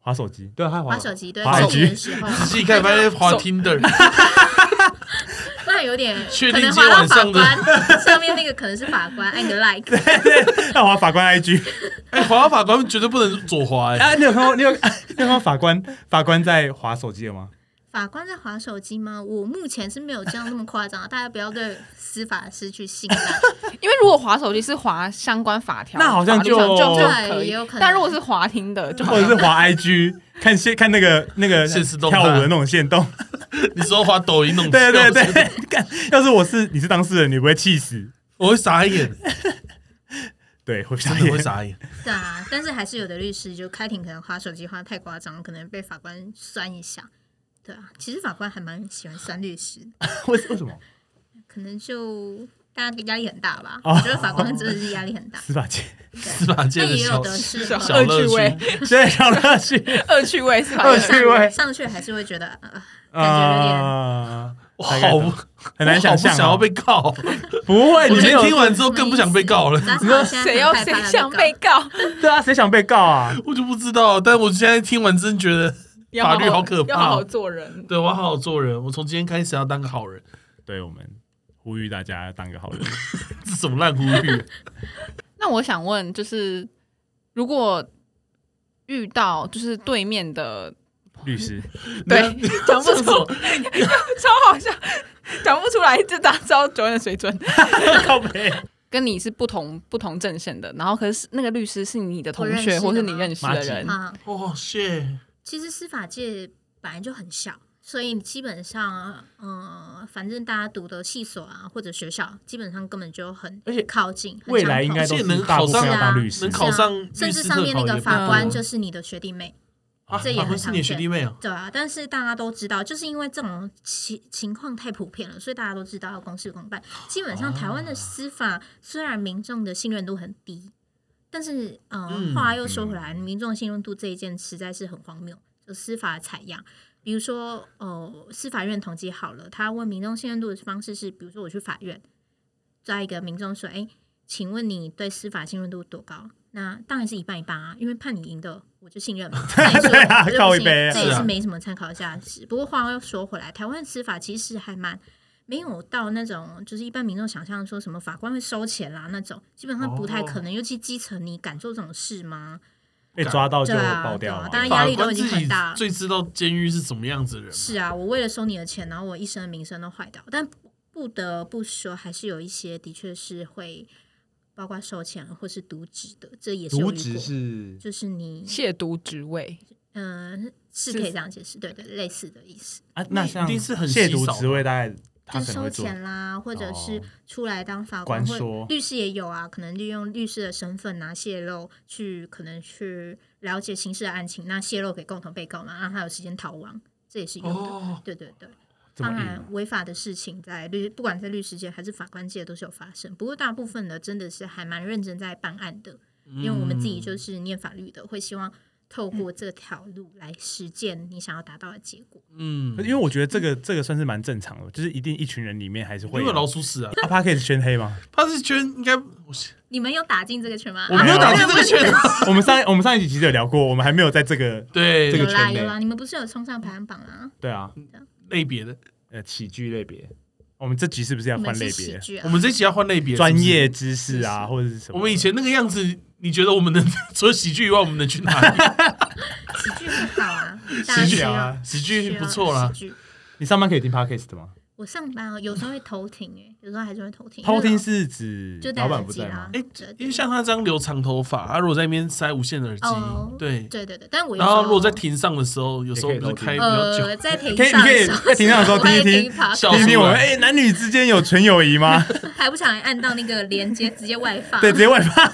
滑手机，对，他滑手机，对， 滑 IG 的时候， 仔细看发现滑 Tinder， 那有点确可能定今天晚上的滑到法官上面那个可能是法官，按个 like， 对，要滑法官 IG， 滑到法官绝对不能左滑你有看到法官在滑手机了吗？ 法官在滑手机吗？我目前是没有这样那么夸张，大家不要对司法失去信赖。 因为如果滑手机是滑相关法条， 那好像就可以， 也有可能。 但如果是滑听的，就或者是滑 IG， 看那个跳舞的那种限动。 你说滑抖音那种， 对，要是你是当事人，你不会气死？ 我会傻眼。 对， 真的会傻眼。 对啊，但是还是有的律师就开庭可能滑手机滑太夸张，可能被法官酸一下。对啊，其实法官还蛮喜欢酸律师。 为什么？ 可能就大家压力很大吧。我觉得法官真的是压力很大。 司法界但也有的的是小乐趣， 对，小乐趣， 恶趣味是吧？ 恶趣味上去还是会觉得感觉有点很难想象， 想要被告。 不会， 我听完之后更不想被告了。 你说谁想被告？ 对啊，谁想被告啊？ 我就不知道，但我现在听完真觉得法律好可怕， 要好好做人。 对，我要好好做人，我从今天开始要当个好人。 对，我们呼吁大家当个好人。 这什么烂呼吁？ 那我想问，就是如果遇到就是对面的律师， 对，讲不出，超好笑，讲不出来，就打招九人的水准。 靠北。 跟你是不同阵线的，然后可是那个律师是你的同学或是你认识的人。 哦，谢。 其实司法界本来就很小，所以基本上，反正大家读的系所啊或者学校，基本上根本就很靠近。 未来应该都是大部分要当律师， 能考上， 甚至上面那个法官就是你的学弟妹。这也很常见， 是你学弟妹啊？ 对啊，但是大家都知道，就是因为这种情况太普遍了，所以大家都知道要公事公办。基本上台湾的司法虽然民众的信任度很低，但是话又说回来，民众的信任度这一件实在是很荒谬。就司法采样，比如说司法院统计好了，他问民众信任度的方式是，比如说我去法院，抓一个民众说，请问你对司法信任度多高？那当然是一半一半啊，因为判你赢的我就信任嘛。 对啊，靠一杯， 这也是没什么参考价值。不过话又说回来，台湾司法其实还蛮没有到那种就是一般民众想象说什么法官会收钱啦那种，基本上不太可能。尤其基层，你敢做这种事吗？ 被抓到就爆掉了。 当然压力都已经很大了。 最知道监狱是什么样子的人。 是啊，我为了收你的钱，然后我一生的名声都坏掉。但不得不说，还是有一些的确是会。包括收钱或是渎职的，这也是有遇过。渎职是就是你亵渎职位， 是可以这样解释，对，类似的意思啊。那像一定是很亵渎职位，大概就是收钱啦，或者是出来当法官，或律师也有啊，可能利用律师的身份啊泄露，可能去了解刑事的案情，那泄露给共同被告嘛，让他有时间逃亡，这也是有的。对。当然，违法的事情不管在律师界还是法官界都是有发生。不过，大部分的真的是还蛮认真在办案的，因为我们自己就是念法律的，会希望透过这条路来实践你想要达到的结果。 因为我觉得这个算是蛮正常的，就是一定一群人里面还是会有老鼠屎啊。 他可以圈黑吗？ 他是圈应该。 你们有打进这个圈吗？ 我没有打进这个圈。 我们上一集其实有聊过，我们还没有在这个这个圈内。 有啦，你们不是有冲上排行榜啊？ 对啊， 类别的。 喜剧类别，我们这集是不是要换类别？ 我们这集要换类别， 专业知识啊，或者是什么？ 我们以前那个样子，你觉得我们能除了喜剧以外，我们能去哪里？ 喜剧很好啊， 喜剧不错啦。 你上班可以听 podcast 吗？ 我上班有时候会偷听，有时候还是会偷听。 偷听是指老板不在吗？ 因为像他这样留长头发，他如果在那边塞无线耳机，对， 但我然后如果在庭上的时候，有时候不是开比较久， 在庭上的时候听一听我们男女之间有纯友谊吗？ 还不想按到那个连接直接外放， 对，直接外放。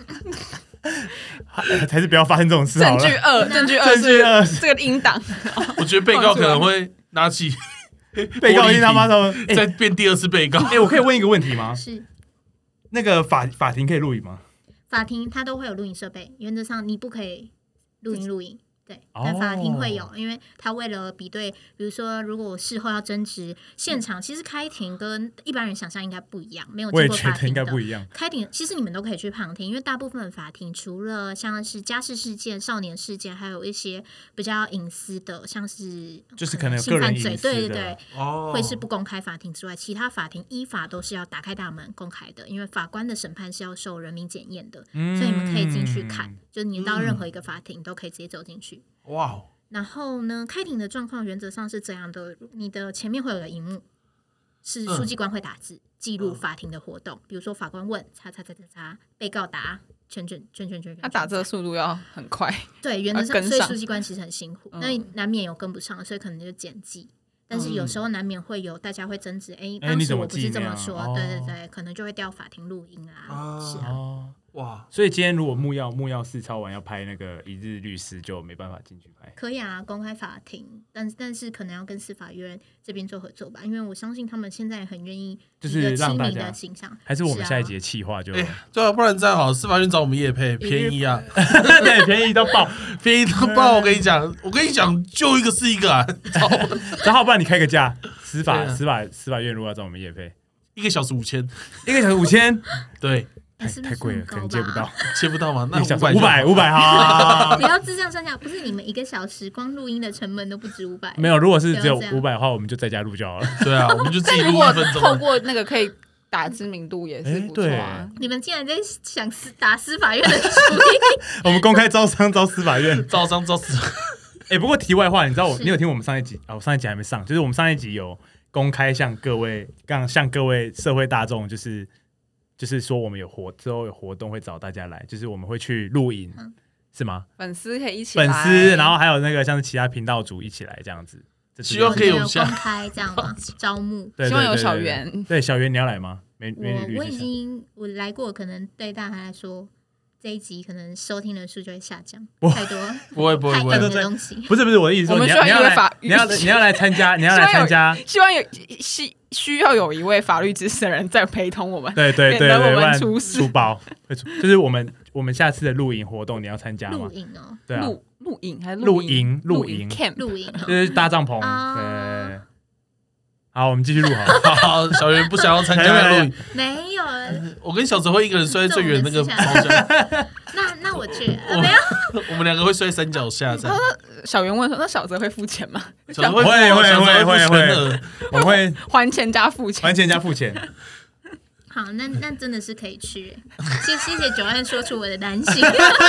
还是不要发生这种事好了。 证据二是这个音档。 我觉得被告可能会拿起。 被告一他妈的再变第二次被告。 我可以问一个问题吗？ 是那个法庭可以录影吗？ 法庭它都会有录影设备，原则上你不可以录影， 对，但法庭会有，因为他为了比对，比如说如果我事后要争执，现场其实开庭跟一般人想象应该不一样，没有经过法庭的，我也觉得应该不一样。 开庭其实你们都可以去旁听，因为大部分的法庭除了像是家事事件、少年事件，还有一些比较隐私的，像是就是可能有个人隐私的， 对，会是不公开法庭之外，其他法庭依法都是要打开大门公开的，因为法官的审判是要受人民检验的，所以你们可以进去看，就你到任何一个法庭都可以直接走进去。 哇！ 然后呢，开庭的状况原则上是这样的：你的前面会有个荧幕，是书记官会打字记录法庭的活动，比如说法官问叉叉叉叉叉，被告答圈， 他打字的速度要很快， 对，原则上，所以书记官其实很辛苦，那难免有跟不上，所以可能就简记。但是有时候难免会有大家会争执，当时我不是这么说，对，可能就会调法庭录音啊，是啊。 哇！ 所以今天如果木曜四超完要拍那个一日律师，就没办法进去拍。 可以啊，公开法庭，但是可能要跟司法院这边做合作吧，因为我相信他们现在很愿意就是让大家的形象。 还是我们下一节企划就对啊，不然这样好，司法院找我们业配便宜啊， 对，便宜到爆， 便宜到爆！我跟你讲，就一个是一个啊， 然后不然你开个价，司法院如果要找我们业配 ，1个小时5000，1 个小时5000， 对。 太贵了，可能接不到， 接不到吗？那 500好， 不要自相算价，不是你们1个小时光录音的成本都不止500。 没有，如果是只有500的话，我们就在家录就好了。 对啊，我们就自己录1分钟。 透过那个可以打知名度也是不错啊。 你们竟然在想打司法院的主意？ 我们公开招商招司法院， 招商招司。 不过题外话，你知道你有听我们上一集我上一集还没上，就是我们上一集有公开向各位社会大众就是说，我们之后有活动会找大家来，就是我们会去录影，是吗？ 粉丝可以一起来， 粉丝，然后还有那个像是其他频道主一起来这样子。 希望可以有公开这样吗？招募， 对， 希望有小圆。 对，小圆你要来吗？ 我来过，可能对大家来说，这一集可能收听人数就会下降，太多， 不会太的东西。 不是我的意思， 我们需要一位你要来参加， 希望需要有一位法律知识的人在陪同我们， 对， 免得我们出包，就是我们下次的露营活动你要参加吗？ 露营哦， 对啊， 露营还是露营 camp 露营， 就是搭帐篷，对。好，我们继续录好。小圆不想要参加录影， 没有。 我跟小泽会一个人睡在最远那个包厢。 那我去，没有。 我们2个会睡山脚下。 小圆问说：“那小泽会付钱吗？” 小泽会， 我们会还钱加付钱。 好，那真的是可以去。谢谢九安说出我的担心。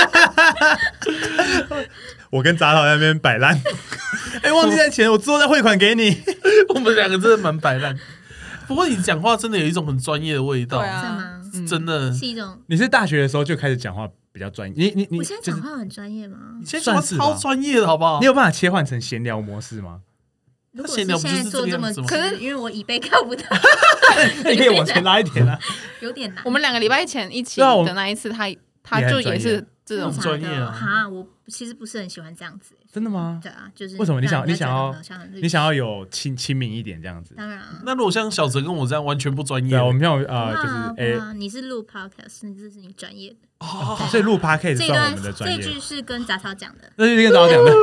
我跟杂草在那边摆烂，忘记带钱，我之后再汇款给你。 我们2个真的蛮摆烂。不过你讲话真的有一种很专业的味道， 对啊， 真的是一种。 你是大学的时候就开始讲话比较专业，你我现在讲话很专业吗？ 你现在讲话超专业的，好不好？ 你有办法切换成闲聊模式吗？ 如果是现在做这么，可是因为我椅背靠不到， 你可以往前拉一点啊， 有点难。 我们2个礼拜前一起的那一次，他就也是这种专业啊。 哈，我其实不是很喜欢这样子。 真的吗？ 对啊，就是为什么你想要有亲民一点这样子？ 当然。 那如果像小泽跟我这样完全不专业， 我们就是你是录 podcast， 这是你专业的哦，所以录 podcast 算我们的专业。 这句是跟杂草讲的， 这句跟杂草讲的，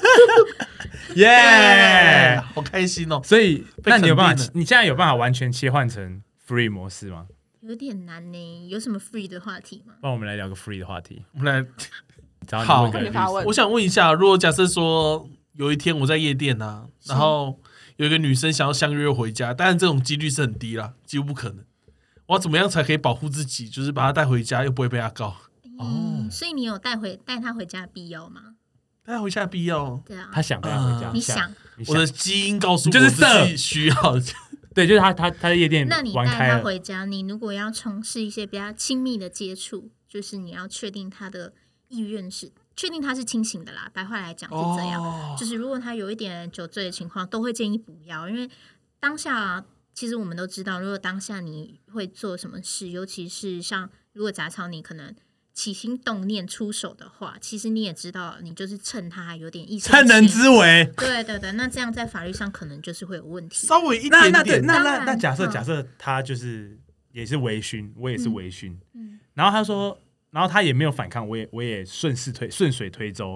耶， 好开心哦！ 所以那你有办法？你现在有办法完全切换成 free 模式吗？ 有点难呢，有什么 free 的话题吗？ 帮我们来聊个 free 的话题。 我们来。 好， 我想问一下，如果假设说有一天我在夜店啊，然后有一个女生想要相约回家，当然这种几率是很低啦，几乎不可能。我要怎么样才可以保护自己，就是把她带回家又不会被她告？ 所以你有带她回家的必要吗？ 带她回家的必要？ 对啊， 她想带她回家， 你想， 我的基因告诉我就是自己需要。 对，就是他在夜店， 那你带她回家，你如果要从事一些比较亲密的接触，就是你要确定她的意愿是确定他是清醒的啦，白话来讲是这样，就是如果他有一点酒醉的情况，都会建议不要，因为当下其实我们都知道，如果当下你会做什么事，尤其是像如果杂草你可能起心动念出手的话，其实你也知道，你就是趁他有点意识， 趁人之危。 对，那这样在法律上可能就是会有问题， 稍微一点点。 那假设他就是也是微醺，我也是微醺，然后他说。然后他也没有反抗，我也顺水推舟，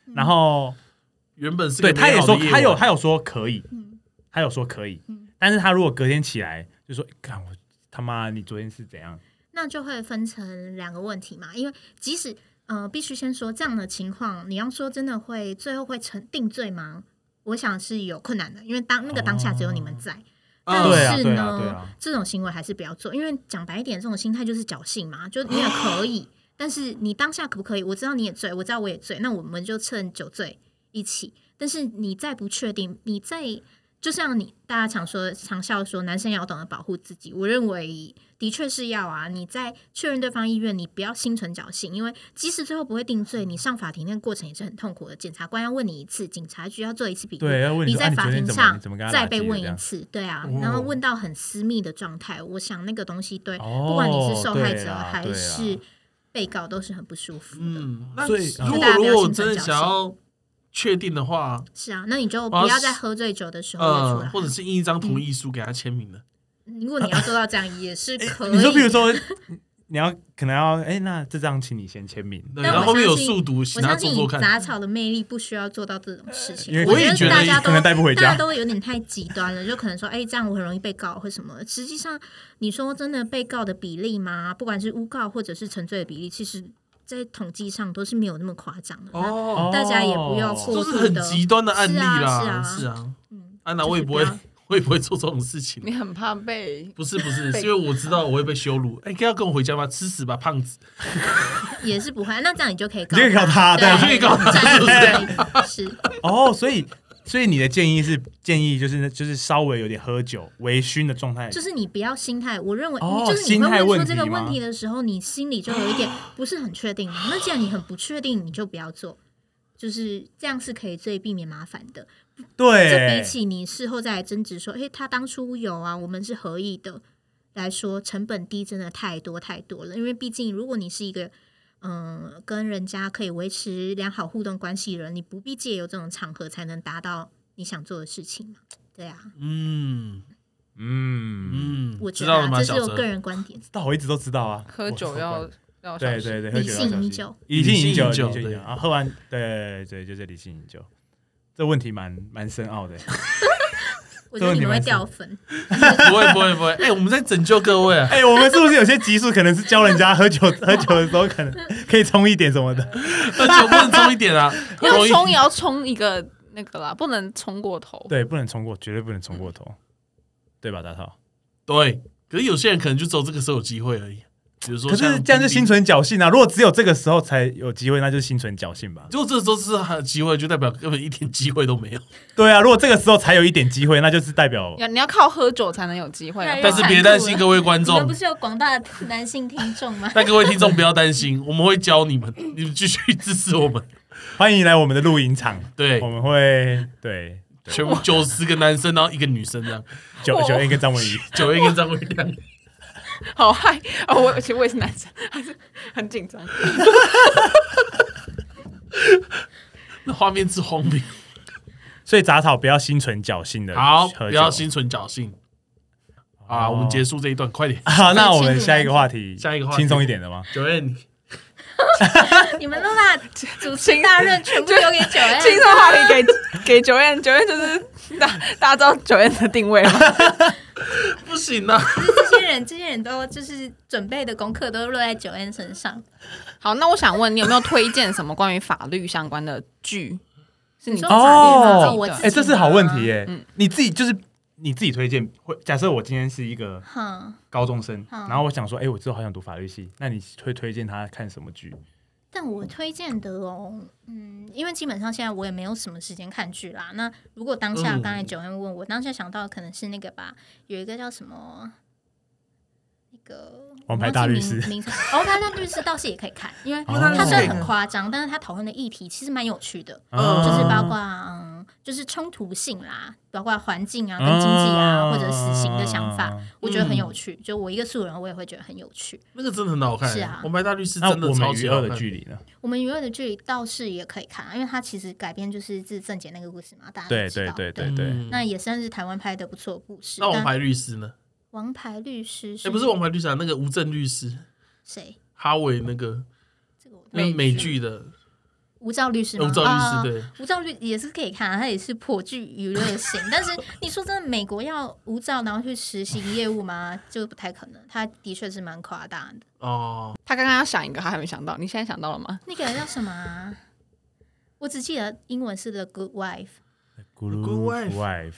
然后原本是对他也说他有说可以，他有说可以，但是他如果隔天起来就说，干我他妈你昨天是怎样？ 那就会分成2个问题嘛，因为即使必须先说这样的情况，你要说真的会最后会定罪吗？我想是有困难的，因为那个当下只有你们在。但是呢，这种行为还是不要做，因为讲白一点，这种心态就是侥幸嘛，就你也可以，但是你当下可不可以？我知道你也醉，我知道我也醉，那我们就趁酒醉一起。但是你再不确定，就像大家常笑说，男生要懂得保护自己。我认为的确是要啊。你在确认对方意愿，你不要心存侥幸，因为即使最后不会定罪，你上法庭那个过程也是很痛苦的。检察官要问你一次，警察局要做一次笔录，你在法庭上再被问一次，对啊，然后问到很私密的状态，我想那个东西对，不管你是受害者还是被告都是很不舒服的。 那所以如果真的想要确定的话，是啊，那你就不要在喝醉酒的时候出来， 或者是印一张同意书给他签名的。 如果你要做到这样，也是可以。 你说，比如说，你可能要，那这张请你先签名， 然后后面有速读， 我相信以杂草的魅力不需要做到这种事情。 我也觉得大家可能带不回家， 大家都有点太极端了，就可能说，这样我很容易被告或什么。实际上，你说真的被告的比例嘛，不管是诬告或者是沉醉的比例，其实在统计上都是没有那么夸张的。大家也不要过度的， 都是很极端的案例啦。 是啊，安娜，我也不会做这种事情。 你很怕被？ 不是，是因为我知道我会被羞辱。要跟我回家吗？吃屎吧，胖子！ 也是不会。那这样你就可以告他，你就可以告他，对， 我就可以告他， 是。 所以你的建议就是稍微有点喝酒微醺的状态， 就是你不要心态。我认为就是你会问出这个问题的时候，你心里就有一点不是很确定。那既然你很不确定，你就不要做，就是这样是可以最避免麻烦的。 对， 这比起你事后再来争执说，他当初有啊，我们是合意的来说，成本低真的太多太多了。因为毕竟如果你是一个跟人家可以维持良好互动关系的人，你不必借由这种场合才能达到你想做的事情嘛。对啊，我知道了吗？这是我个人观点。 但我一直都知道啊， 喝酒要对， 理性饮酒， 理性饮酒，然后喝完，对，就是理性饮酒。这问题蛮深奥的。 我觉得你们会掉粉。 不会。我们在拯救各位啊！ 我们是不是有些集数可能是教人家喝酒的时候可能可以冲一点什么的？ 喝酒不能冲一点啊， 要冲也要冲一个那个啦，不能冲过头。 对，不能冲过，绝对不能冲过头，对吧，大涛？ 对，可是有些人可能就只有这个时候有机会而已。比如说， 可是这样就心存侥幸啊！如果只有这个时候才有机会，那就是心存侥幸吧。 如果这个时候是还有机会，就代表根本一点机会都没有。 对啊，如果这个时候才有一点机会，那就是代表你要靠喝酒才能有机会。 但是别担心，各位观众， 你们不是有广大的男性听众吗？ 但各位听众不要担心，我们会教你们，你们继续支持我们。 欢迎来我们的录影场， 对， 我们会对全部90个男生，然后1个女生这样。 九燕跟张文怡 ，9燕跟张文怡2个。 好嗨而且我也是男生，还是很紧张。 那画面之荒谬。 所以杂草不要心存侥幸的， 好，不要心存侥幸。我们结束这一段，快点。 好，那我们下一个话题轻松一点的吗 ？9燕， 你们都把主持大任全部丢给9燕， 轻松话题给9燕，9燕就是大家知道9燕的定位吗？ 不行啊！ 这些人都就是准备的功课都落在9燕身上。 好，那我想问你有没有推荐什么关于法律相关的剧？是你这是好问题耶。你自己推荐，假设我今天是一个高中生，然后我想说，我之后好想读法律系，那你会推荐他看什么剧？ 但我推荐的因为基本上现在我也没有什么时间看剧啦。那如果当下刚才9燕问我，当下想到的可能是那个吧，有一个叫什么那个王牌大律师， 王牌大律师倒是也可以看，因为他虽然很夸张，但是他讨论的议题其实蛮有趣的，就是包括就是冲突性啦，包括环境啊、跟经济啊，或者死刑的想法，我觉得很有趣。就我一个素人，我也会觉得很有趣。 那个真的很好看， 是啊。 王牌大律师真的超级好看。 我们与恶的距离呢？ 我们与恶的距离倒是也可以看，因为它其实改编就是郑捷那个故事嘛，大家都知道。 对， 那也算是台湾拍的不错的故事。 那王牌律师呢？ 王牌律师不是王牌律师，那个吴正律师， 谁？ 哈维那个美剧的。 无照律师吗？ 无照律师对， 无照律也是可以看，它也是颇具娱乐性。但是你说真的，美国要无照然后去实行业务吗？就不太可能。他的确是蛮夸大的。 哦， 他刚刚要想一个，他还没想到，你现在想到了吗？ 那个叫什么啊？我只记得英文是 The Good Good Wife。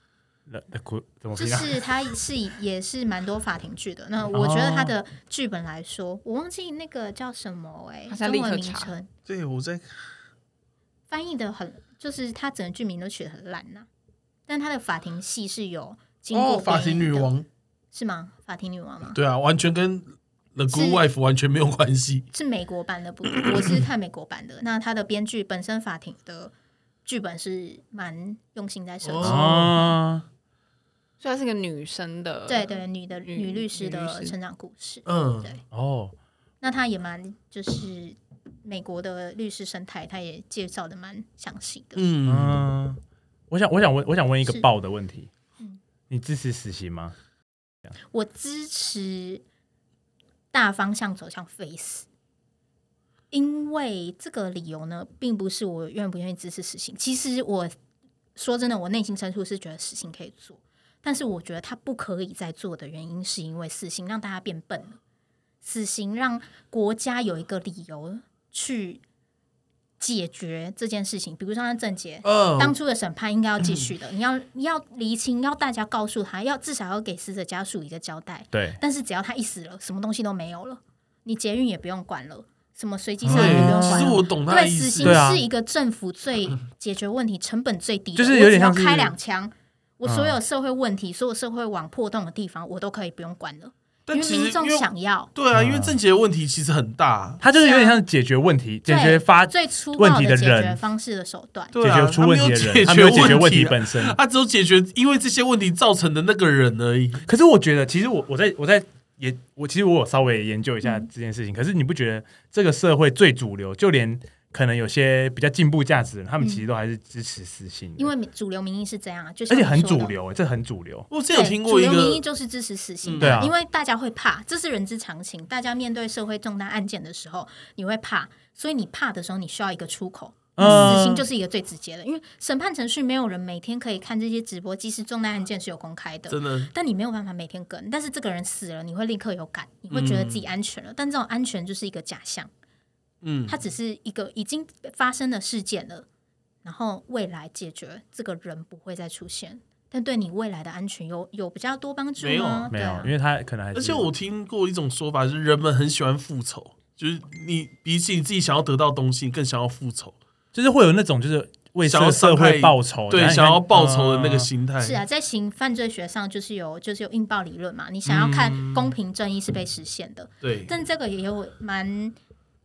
就是它也是蛮多法庭剧的。那我觉得它的剧本来说，我忘记那个叫什么中文名称。 对，我在翻译的很，就是它整个剧名都取得很烂呐。但它的法庭戏是有经过法庭女王是吗？法庭女王吗？ 对啊，完全跟 The Good Wife 完全没有关系。 是美国版的，我是看美国版的。那它的编剧本身法庭的剧本是蛮用心在设计的。 所以她是个女生的， 对，女律师的成长故事。对。那她也蛮就是美国的律师生态，她也介绍的蛮详细的。 我想问一个爆的问题，你支持死刑吗？ 我支持大方向走向非死，因为这个理由呢，并不是我愿不愿意支持死刑。其实我说真的，我内心深处是觉得死刑可以做。但是我觉得他不可以再做的原因，是因为死刑让大家变笨了，死刑让国家有一个理由去解决这件事情。比如说像郑捷当初的审判应该要继续的，你要厘清，要大家告诉他，至少要给死者家属一个交代。 对。 但是只要他一死了，什么东西都没有了，你捷运也不用管了，什么随机杀人也不用管了。 其实我懂他的意思。 对，死刑是一个政府最解决问题成本最低的， 就是有点像我只要开2枪。我所有社会问题，所有社会网破洞的地方，我都可以不用管了，因为民众想要。 对啊，因为郑捷的问题其实很大， 他就是有点像解决问题、解决最粗暴的解决方式的手段。 解决出问题的人，他没有解决问题本身， 他只有解决因为这些问题造成的那个人而已。 可是我觉得，其实我其实我有稍微研究一下这件事情。可是你不觉得这个社会最主流，就连可能有些比较进步价值的人，他们其实都还是支持死刑， 因为主流民意是这样啊， 而且很主流，这很主流。 我之前有听过一个主流民意就是支持死刑的，因为大家会怕，这是人之常情。大家面对社会重大案件的时候，你会怕，所以你怕的时候，你需要一个出口。死刑就是一个最直接的，因为审判程序没有人每天可以看这些直播，即使重大案件是有公开的， 真的， 但你没有办法每天跟。但是这个人死了，你会立刻有感，你会觉得自己安全了，但这种安全就是一个假象。它只是一个已经发生的事件了，然后未来解决这个人不会再出现，但对你未来的安全有比较多帮助吗？ 没有，因为他可能还是。 而且我听过一种说法，就是人们很喜欢复仇，就是你比起你自己想要得到东西，更想要复仇， 就是会有那种就是为社会报仇， 对，想要报仇的那个心态。 是啊，在犯罪学上就是有应报理论嘛，你想要看公平正义是被实现的， 对。 但这个也有蛮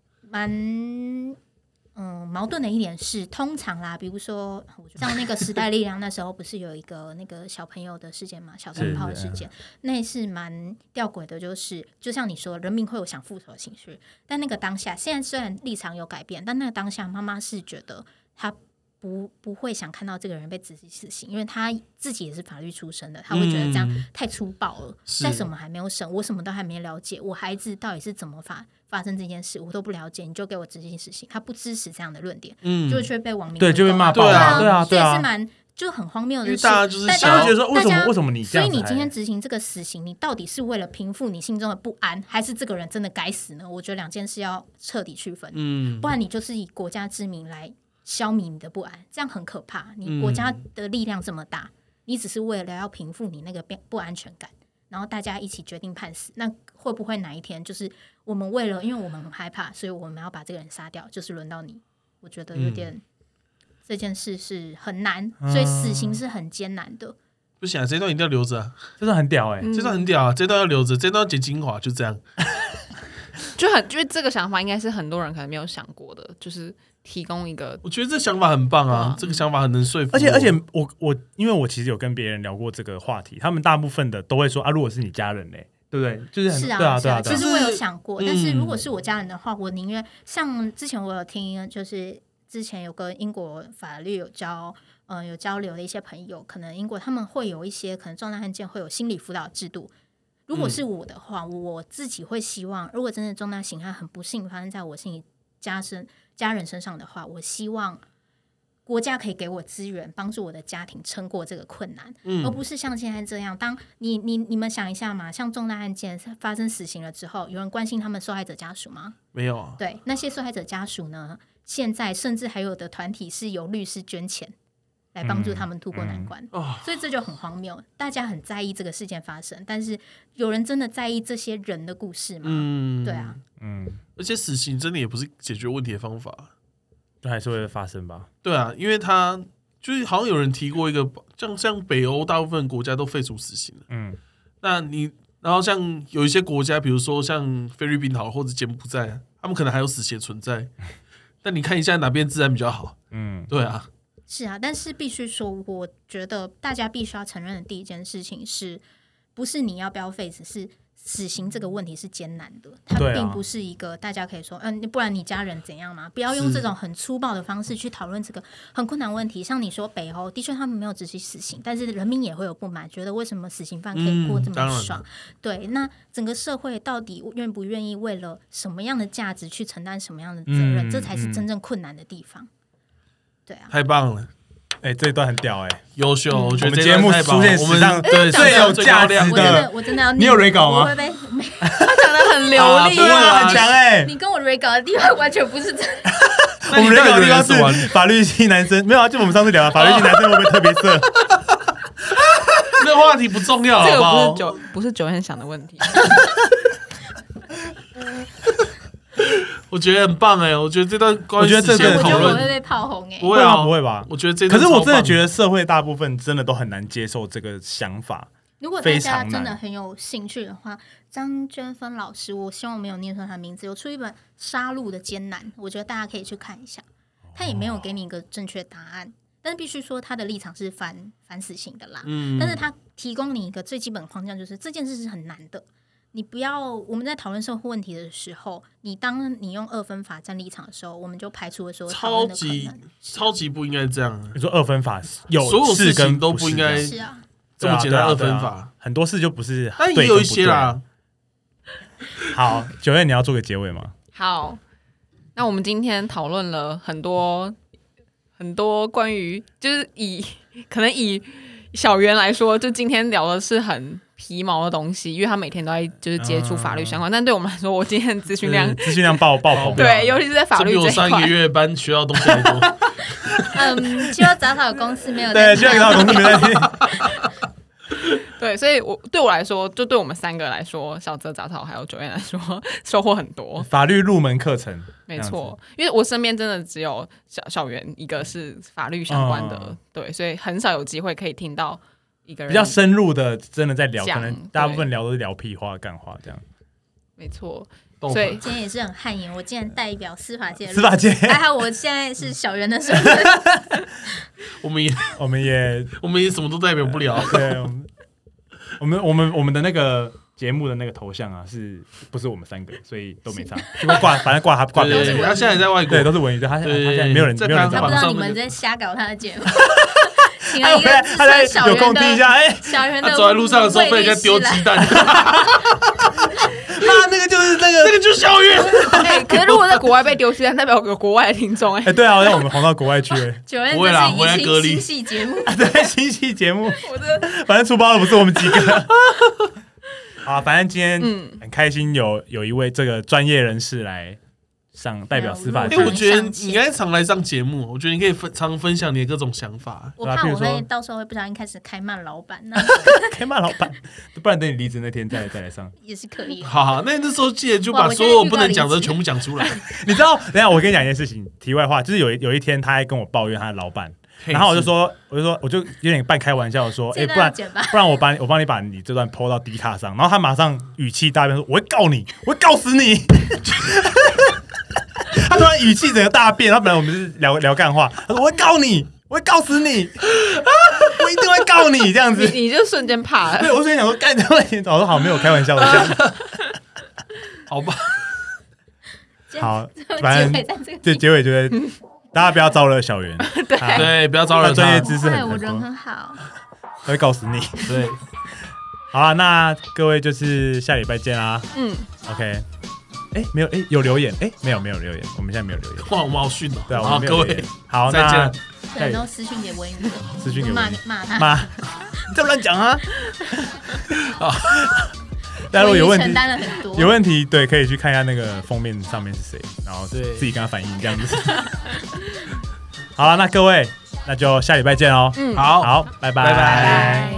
矛盾的一点是，通常啦，比如说像那个时代力量那时候不是有一个那个小朋友的事件嘛，小灯泡的事件，那是蛮吊诡的，就像你说，人民会有想复仇的情绪，但那个当下，现在虽然立场有改变，但那个当下，妈妈是觉得她不会想看到这个人被执行死刑，因为他自己也是法律出身的，他会觉得这样太粗暴了。在什么还没有审，我什么都还没了解，我孩子到底是怎么发生这件事，我都不了解，你就给我执行死刑，他不支持这样的论点，就却被网民对就被骂爆了，对啊， 所以是蛮就很荒谬的事。 大家就是想要觉得说为什么你这样？ 所以你今天执行这个死刑，你到底是为了平复你心中的不安，还是这个人真的该死呢？我觉得2件事要彻底区分，不然你就是以国家之名来消弭你的不安，这样很可怕。你国家的力量这么大，你只是为了要平复你那个不安全感，然后大家一起决定判死，那会不会哪一天就是我们因为我们很害怕，所以我们要把这个人杀掉，就是轮到你？我觉得有点这件事是很难，所以死刑是很艰难的。 不行啊，这段一定要留着啊， 这段很屌这段很屌啊，这段要留着，这段要剪精华，就这样。 就是这个想法应该是很多人可能没有想过的，就是提供一个， 我觉得这想法很棒啊，这个想法很能说服我。 而且我因为我其实有跟别人聊过这个话题，他们大部分的都会说啊，如果是你家人嘞，对不对？就是是啊，对啊。其实我有想过，但是如果是我家人的话，我宁愿像之前我有听，就是之前有跟英国法律有交流的一些朋友，可能英国他们会有一些可能重大案件会有心理辅导制度。如果是我的话，我自己会希望，如果真的重大刑案很不幸发生在我家人身上的话，我希望国家可以给我资源，帮助我的家庭撑过这个困难，而不是像现在这样。当你们想一下嘛，像重大案件发生死刑了之后，有人关心他们受害者家属吗？ 没有啊。 对，那些受害者家属呢，现在甚至还有的团体是由律师捐钱来帮助他们渡过难关，所以这就很荒谬。大家很在意这个事件发生，但是有人真的在意这些人的故事吗？对啊， 而且死刑真的也不是解决问题的方法， 就还是会发生吧。 对啊，因为他就是好像有人提过一个，像北欧大部分国家都废除死刑了，然后像有一些国家，比如说像菲律宾好或者柬埔寨，他们可能还有死刑存在，但你看一下哪边治安比较好，对啊。 是啊，但是必须说，我觉得大家必须要承认的第一件事情是，不是你要不要废止，是死刑这个问题是艰难的，它并不是一个大家可以说，不然你家人怎样嘛？不要用这种很粗暴的方式去讨论这个很困难问题。像你说北欧，的确他们没有执行死刑，但是人民也会有不满，觉得为什么死刑犯可以过这么爽？对，那整个社会到底愿不愿意为了什么样的价值去承担什么样的责任？这才是真正困难的地方。对啊， 太棒了！ 这一段很屌优秀！我觉得我们节目出现史上最有价值的， 我真的要你有 re 稿吗？ 我会被他讲的很流利很强你跟我 re 稿的地方完全不是这样。 我们 re 稿的地方是法律系男生，没有啊？就我们上次聊的法律系男生会不会特别色？ 这个话题不重要， 这个不是9元想的问题。 我觉得很棒我觉得这段关于死刑的讨论， 我会被炮轰不会啊， 不会吧？ 我觉得这可是我真的觉得社会大部分真的都很难接受这个想法。 如果大家真的很有兴趣的话，张娟芬老师，我希望我没有念错他的名字，有出一本《杀戮的艰难》，我觉得大家可以去看一下。他也没有给你一个正确答案，但是必须说他的立场是反死刑的啦。但是他提供你一个最基本框架，就是这件事是很难的。你不要，我们在讨论社会问题的时候，当你用二分法站立场的时候，我们就排除了说讨论的可能。 超级不应该这样。 你说二分法有所有事情都不应该是啊， 这么简单二分法， 很多事就不是， 但也有一些啦。 好，9月你要做个结尾吗？ 好，那我们今天讨论了很多关于，就是可能以小袁来说，就今天聊的是很皮毛的东西，因为他每天都在就是接触法律相关，但对我们来说，我今天资讯量爆棚， 对，尤其是在法律这一块， 比我上1个月班学到东西还多。 希望杂草公司没有对，希望杂草公司没有在听。 对，所以对我来说，就对我们3个来说，小泽、杂草还有9元来说，收获很多。 法律入门课程， 没错，因为我身边真的只有小袁一个是法律相关的，对，所以很少有机会可以听到一个人比较深入的，真的在聊，可能大部分聊都是聊屁话、干话这样。 没错，所以今天也是很汗颜，我竟然代表司法界， 还好我现在是小袁的身份。 我们也什么都代表不了。 对，我们的那个节目的那个头像啊，是不是我们3个，所以都没上，就反正挂他。 他现在也在外国， 对，都是文娱，他现在没有人在他不知道你们在瞎搞他的节目。请了一个资深小袁的小袁的， 他走在路上的时候被人家丢鸡蛋。 那个就是小袁。 可是如果在国外被丢鸡蛋，代表有国外的听众对啊，让我们红到国外去。 不会啦，回来隔离。新系节目， 对，新系节目，反正出包的不是我们几个。好，反正今天很开心有一位这个专业人士来上代表司法界。 我觉得你应该常来上节目，我觉得你可以常分享你的各种想法。 我怕我会到时候会不小心开始开骂老板， 开骂老板，不然等你离职那天再来上也是可以。 好，那时候记得就把所有不能讲的全部讲出来。 你知道？等一下我跟你讲一件事情，题外话，就是有一天他还跟我抱怨他的老板。然后我就有点半开玩笑的说，不然我帮你把你这段 po 到 D 卡上。然后他马上语气大变说，我会告你，我会告死你。他突然语气整个大变，然后本来我们是聊干话，他说我会告你，我会告死你，我一定会告你这样子。 你就瞬间怕了。 对，我瞬间想说干这么严重，我说好，没有开玩笑的这样。 好吧， 好，反正这结尾就会。大家不要招惹小袁， 对，不要招惹他， 专业知识很多， 我人很好， 他会告死你。对，好啊，那各位就是下礼拜见啦。OK， 没有，有留言，没有留言，我们现在没有留言。 哇，我们好逊哦。 对啊，我们没有留言。好， 再见。 对，然后私讯给文宇， 私讯给骂他， 你再乱讲啊！大家如果有问题， 承担了很多， 有问题对，可以去看一下那个封面上面是谁，然后自己跟他反映这样子。好了，那各位，那就下礼拜见哦。 好， 拜拜。 拜拜。